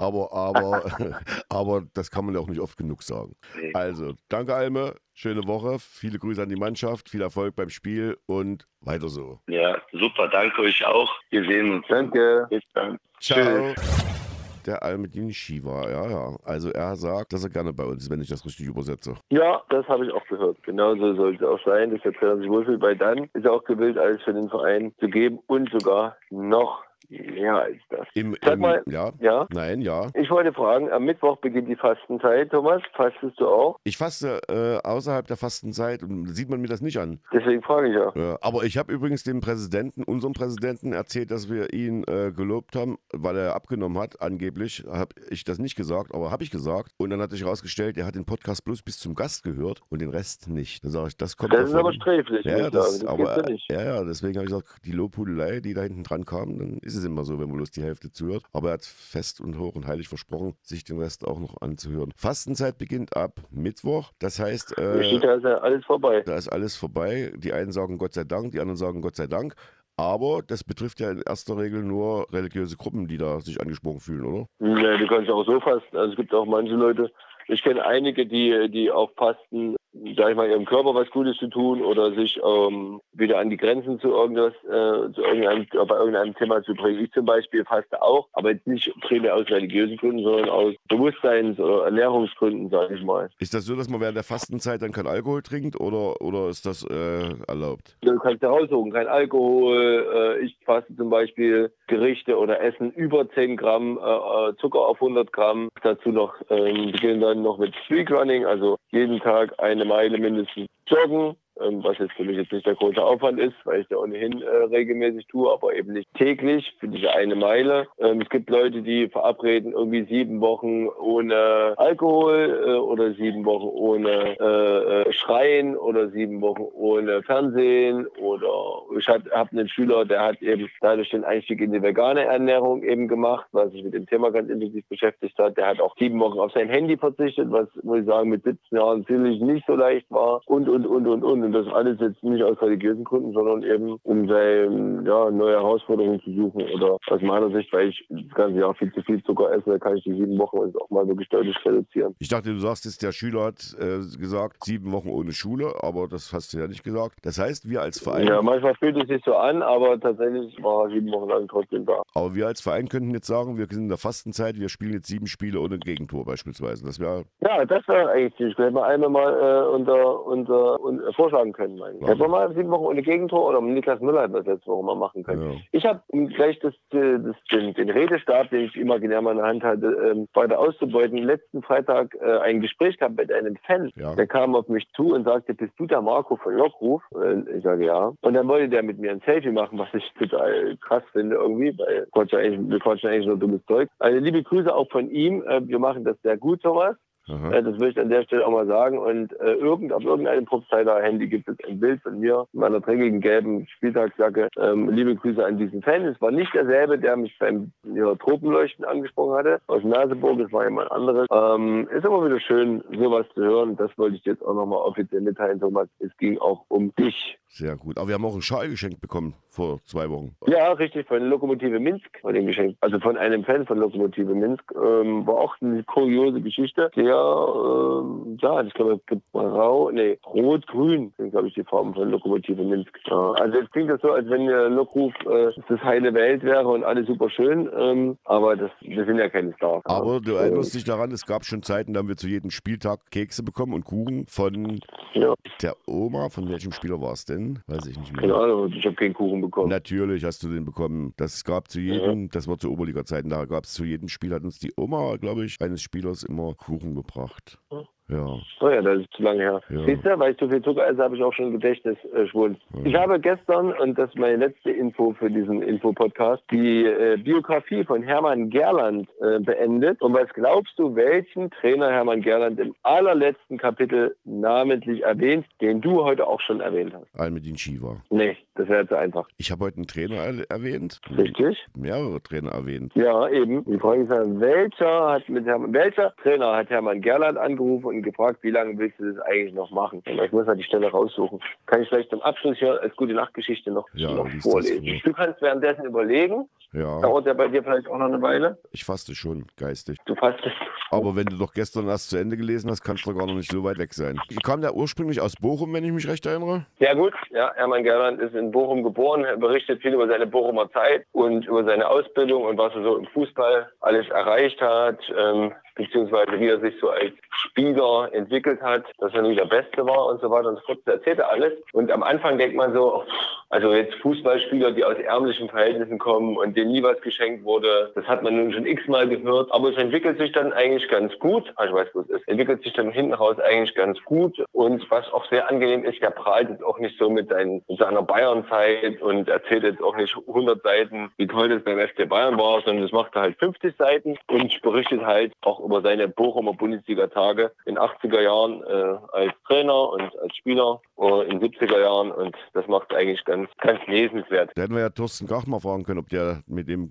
[SPEAKER 3] Aber das kann man ja auch nicht oft genug sagen. Nee. Also, danke Alme. Schöne Woche, viele Grüße an die Mannschaft, viel Erfolg beim Spiel und weiter so.
[SPEAKER 7] Ja, super, danke euch auch. Wir sehen uns.
[SPEAKER 6] Danke.
[SPEAKER 7] Bis dann.
[SPEAKER 3] Ciao. Der Almedin Shiva, ja. Also er sagt, dass er gerne bei uns ist, wenn ich das richtig übersetze.
[SPEAKER 6] Ja, das habe ich auch gehört. Genauso soll es auch sein, dass der Trainer sich wohlfühlt, weil dann ist er auch gewillt, alles für den Verein zu geben und sogar noch mehr als das. Sag mal, ja?
[SPEAKER 3] Nein, ja.
[SPEAKER 6] Ich wollte fragen, am Mittwoch beginnt die Fastenzeit, Thomas. Fastest du auch?
[SPEAKER 3] Ich faste außerhalb der Fastenzeit und sieht man mir das nicht an.
[SPEAKER 6] Deswegen frage ich ja.
[SPEAKER 3] Aber ich habe übrigens unserem Präsidenten erzählt, dass wir ihn gelobt haben, weil er abgenommen hat, angeblich. Habe ich das nicht gesagt, aber habe ich gesagt. Und dann hat sich herausgestellt, er hat den Podcast bloß bis zum Gast gehört und den Rest nicht. Dann sage ich, das kommt
[SPEAKER 6] Das ist aber sträflich,
[SPEAKER 3] ja,
[SPEAKER 6] das nicht.
[SPEAKER 3] Ja, deswegen habe ich gesagt, die Lobhudelei, die da hinten dran kam, dann ist es immer so, wenn man bloß die Hälfte zuhört. Aber er hat fest und hoch und heilig versprochen, sich den Rest auch noch anzuhören. Fastenzeit beginnt ab Mittwoch. Das heißt,
[SPEAKER 6] da ist ja alles vorbei.
[SPEAKER 3] Da ist alles vorbei. Die einen sagen Gott sei Dank, die anderen sagen Gott sei Dank. Aber das betrifft ja in erster Regel nur religiöse Gruppen, die da sich angesprochen fühlen, oder?
[SPEAKER 6] Ja, du kannst auch so fasten. Also es gibt auch manche Leute, ich kenne einige, die auch fasten, sag ich mal, ihrem Körper was Gutes zu tun oder sich wieder an die Grenzen zu bei irgendeinem Thema zu bringen. Ich zum Beispiel faste auch, aber jetzt nicht primär aus religiösen Gründen, sondern aus Bewusstseins- oder Ernährungsgründen, sage ich mal.
[SPEAKER 3] Ist das so, dass man während der Fastenzeit dann kein Alkohol trinkt oder ist das erlaubt?
[SPEAKER 6] Du kannst ja raussuchen, kein Alkohol. Ich faste zum Beispiel Gerichte oder Essen über 10 Gramm Zucker auf 100 Gramm. Dazu noch beginnen dann noch mit Streakrunning, also jeden Tag eine Meile mindestens joggen, was jetzt für mich jetzt nicht der große Aufwand ist, weil ich da ohnehin regelmäßig tue, aber eben nicht täglich für diese eine Meile. Es gibt Leute, die verabreden irgendwie 7 Wochen ohne Alkohol oder 7 Wochen ohne Schreien oder 7 Wochen ohne Fernsehen oder ich habe einen Schüler, der hat eben dadurch den Einstieg in die vegane Ernährung eben gemacht, was sich mit dem Thema ganz intensiv beschäftigt hat. Der hat auch 7 Wochen auf sein Handy verzichtet, was, muss ich sagen, mit 17 Jahren sicherlich nicht so leicht war und. und das alles jetzt nicht aus religiösen Gründen, sondern eben um neue Herausforderungen zu suchen oder aus meiner Sicht, weil ich das ganze Jahr viel zu viel Zucker esse, da kann ich die 7 Wochen jetzt auch mal wirklich deutlich reduzieren.
[SPEAKER 3] Ich dachte, du sagst jetzt, der Schüler hat gesagt, 7 Wochen ohne Schule, aber das hast du ja nicht gesagt. Das heißt, wir als Verein...
[SPEAKER 6] Ja, manchmal fühlt es sich so an, aber tatsächlich war 7 Wochen lang trotzdem da.
[SPEAKER 3] Aber wir als Verein könnten jetzt sagen, wir sind in der Fastenzeit, wir spielen jetzt 7 Spiele ohne Gegentor beispielsweise. Das wäre...
[SPEAKER 6] Ja, das wäre eigentlich ziemlich gut. Hätten wir einmal mal vorschlagen können. Hätten wir mal 7 Wochen ohne Gegentor oder Niklas Müller hätten wir das letzte Woche mal machen können. Ja. Ich habe gleich den Redestab, den ich imaginär mal in der Hand hatte, weiter auszubeuten. Letzten Freitag ein Gespräch gehabt mit einem Fan. Ja. Der kam auf mich zu und sagte, bist du der Marco von Lockruf? Ich sage, ja. Und dann wollte der mit mir ein Selfie machen, was ich total krass finde irgendwie, weil wir quatschen eigentlich nur dummes Zeug. Also liebe Grüße auch von ihm. Wir machen das sehr gut, sowas. Das will ich an der Stelle auch mal sagen. Und auf irgendeinem Propsider-Handy gibt es ein Bild von mir in meiner dreckigen gelben Spieltagsjacke. Liebe Grüße an diesen Fan. Es war nicht derselbe, der mich beim Tropenleuchten angesprochen hatte, aus Merseburg. Es war jemand anderes. Ist immer wieder schön, sowas zu hören. Das wollte ich jetzt auch nochmal offiziell mitteilen, Thomas. Es ging auch um dich.
[SPEAKER 3] Sehr gut. Aber wir haben auch einen Schal geschenkt bekommen vor 2 Wochen.
[SPEAKER 6] Ja, richtig, von Lokomotive Minsk war den geschenkt. Also von einem Fan von Lokomotive Minsk. War auch eine kuriose Geschichte. Ich glaube, Rot-Grün sind, glaube ich, die Farben von Lokomotive Minsk. Ja, also jetzt klingt das so, als wenn Lockruf das heile Welt wäre und alles super schön. Aber wir sind ja keine Stars.
[SPEAKER 3] Aber du erinnerst dich daran, es gab schon Zeiten, da haben wir zu jedem Spieltag Kekse bekommen und Kuchen von der Oma. Von welchem Spieler war es denn? Weiß ich nicht mehr.
[SPEAKER 6] Keine Ahnung, ich habe keinen Kuchen bekommen.
[SPEAKER 3] Natürlich hast du den bekommen. Das gab zu jedem, das war zu Oberliga-Zeiten, da gab es zu jedem Spiel, hat uns die Oma, glaube ich, eines Spielers immer Kuchen gebracht. Ja.
[SPEAKER 6] Oh ja, das ist zu lange her. Ja. Siehst du, weil ich so viel Zucker esse, habe ich auch schon Gedächtnisschwund. Ich habe gestern, und das ist meine letzte Info für diesen Info-Podcast, die Biografie von Hermann Gerland beendet. Und was glaubst du, welchen Trainer Hermann Gerland im allerletzten Kapitel namentlich erwähnt, den du heute auch schon erwähnt hast?
[SPEAKER 3] Almedin Shiva.
[SPEAKER 6] Nee, das wäre zu einfach.
[SPEAKER 3] Ich habe heute einen Trainer erwähnt.
[SPEAKER 6] Richtig.
[SPEAKER 3] Mehrere Trainer erwähnt.
[SPEAKER 6] Ja, eben. Die Frage ist dann, welcher Trainer hat Hermann Gerland angerufen und gefragt, wie lange willst du das eigentlich noch machen? Ich muss halt die Stelle raussuchen. Kann ich vielleicht zum Abschluss hier als gute Nachtgeschichte noch vorlesen. Du kannst währenddessen überlegen.
[SPEAKER 3] Ja.
[SPEAKER 6] Dauert ja bei dir vielleicht auch noch eine Weile?
[SPEAKER 3] Ich faste schon, geistig.
[SPEAKER 6] Du fastest.
[SPEAKER 3] Aber wenn du doch gestern erst zu Ende gelesen hast, kannst du doch gar noch nicht so weit weg sein. Kam der ursprünglich aus Bochum, wenn ich mich recht erinnere?
[SPEAKER 6] Sehr gut. Ja, Hermann Gerland ist in Bochum geboren. Er berichtet viel über seine Bochumer Zeit und über seine Ausbildung und was er so im Fußball alles erreicht hat. Beziehungsweise wie er sich so als Spieler entwickelt hat, dass er nie der Beste war und so weiter und so fort. Das erzählt er alles. Und am Anfang denkt man so, also jetzt Fußballspieler, die aus ärmlichen Verhältnissen kommen und denen nie was geschenkt wurde, das hat man nun schon x-mal gehört. Aber es entwickelt sich dann eigentlich ganz gut. Ich weiß, wo es ist. Entwickelt sich dann hinten raus eigentlich ganz gut. Und was auch sehr angenehm ist, der prahlt jetzt auch nicht so mit seiner Bayern-Zeit und erzählt jetzt auch nicht 100 Seiten, wie toll das beim FC Bayern war, sondern das macht er halt 50 Seiten und berichtet halt auch über seine Bochumer Bundesliga-Tage in 80er Jahren als Trainer und als Spieler in 70er Jahren und das macht eigentlich ganz lesenswert.
[SPEAKER 3] Da hätten wir ja Thorsten Krach mal fragen können, ob der mit dem...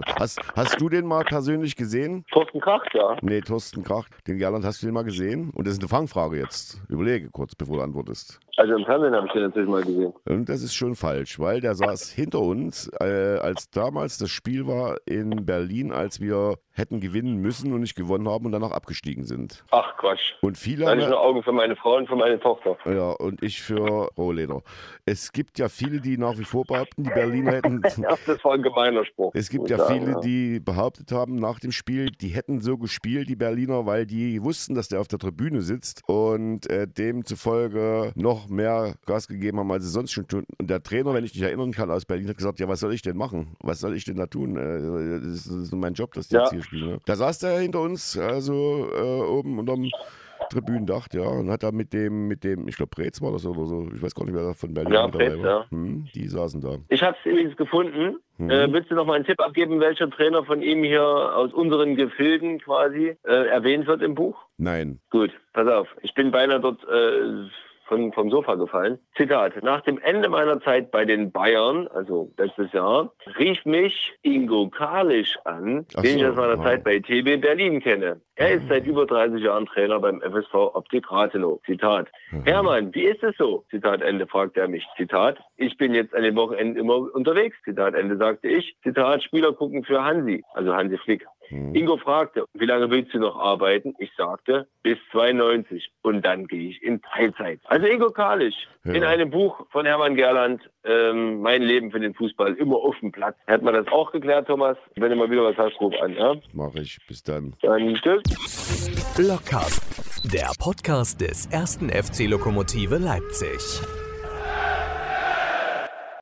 [SPEAKER 3] Hast du den mal persönlich gesehen?
[SPEAKER 6] Thorsten Krach, ja.
[SPEAKER 3] Nee, Thorsten Krach. Den Gerland, hast du den mal gesehen? Und das ist eine Fangfrage jetzt. Überlege kurz, bevor du antwortest.
[SPEAKER 6] Also im Fernsehen habe ich den natürlich mal gesehen.
[SPEAKER 3] Und das ist schon falsch, weil der saß hinter uns, als damals das Spiel war in Berlin, als wir hätten gewinnen müssen und nicht gewonnen haben und danach abgestiegen sind.
[SPEAKER 6] Ach Quatsch.
[SPEAKER 3] Und viele
[SPEAKER 6] da hatte ich nur Augen für meine Frau und für meine Tochter.
[SPEAKER 3] Ja, und ich für Rohleder. Es gibt ja viele, die nach wie vor behaupten, die Berliner hätten...
[SPEAKER 6] Ja, das war ein gemeiner Spruch.
[SPEAKER 3] Es gibt ja viele, die behauptet haben nach dem Spiel, die hätten so gespielt, die Berliner, weil die wussten, dass der auf der Tribüne sitzt und demzufolge noch mehr Gas gegeben haben, als sie sonst schon tun. Und der Trainer, wenn ich mich erinnern kann, aus Berlin hat gesagt, ja, was soll ich denn machen? Was soll ich denn da tun? Das ist mein Job, dass die jetzt hier spielen. Ne? Da saß der hinter uns, also oben unterm Tribünendach, ja, und hat da mit dem, ich glaube, Preetz war das oder so, ich weiß gar nicht, wer da von Berlin
[SPEAKER 6] dabei war. Ja.
[SPEAKER 3] Die saßen da.
[SPEAKER 6] Ich habe es übrigens gefunden. Willst du noch mal einen Tipp abgeben, welcher Trainer von ihm hier aus unseren Gefilden quasi erwähnt wird im Buch?
[SPEAKER 3] Nein.
[SPEAKER 6] Gut, pass auf. Ich bin beinahe dort vom Sofa gefallen. Zitat: Nach dem Ende meiner Zeit bei den Bayern, also letztes Jahr, rief mich Ingo Kalisch an, den ich aus meiner Zeit bei TB Berlin kenne. Er ist seit über 30 Jahren Trainer beim FSV Optik Rathenow. Zitat: Hermann, wie ist es so? Zitat Ende, fragte er mich. Zitat: Ich bin jetzt an den Wochenenden immer unterwegs. Zitat Ende, sagte ich. Zitat: Spieler gucken für Hansi, also Hansi Flick. Ingo fragte, wie lange willst du noch arbeiten? Ich sagte, bis 92. Und dann gehe ich in Teilzeit. Also Ingo Kalisch, in einem Buch von Hermann Gerland, Mein Leben für den Fußball, immer auf dem Platz. Hat man das auch geklärt, Thomas? Wenn du mal wieder was hast, ruf an. Ja?
[SPEAKER 3] Mach ich. Bis dann.
[SPEAKER 6] Dann tschüss.
[SPEAKER 1] Blockcast, der Podcast des 1. FC Lokomotive Leipzig.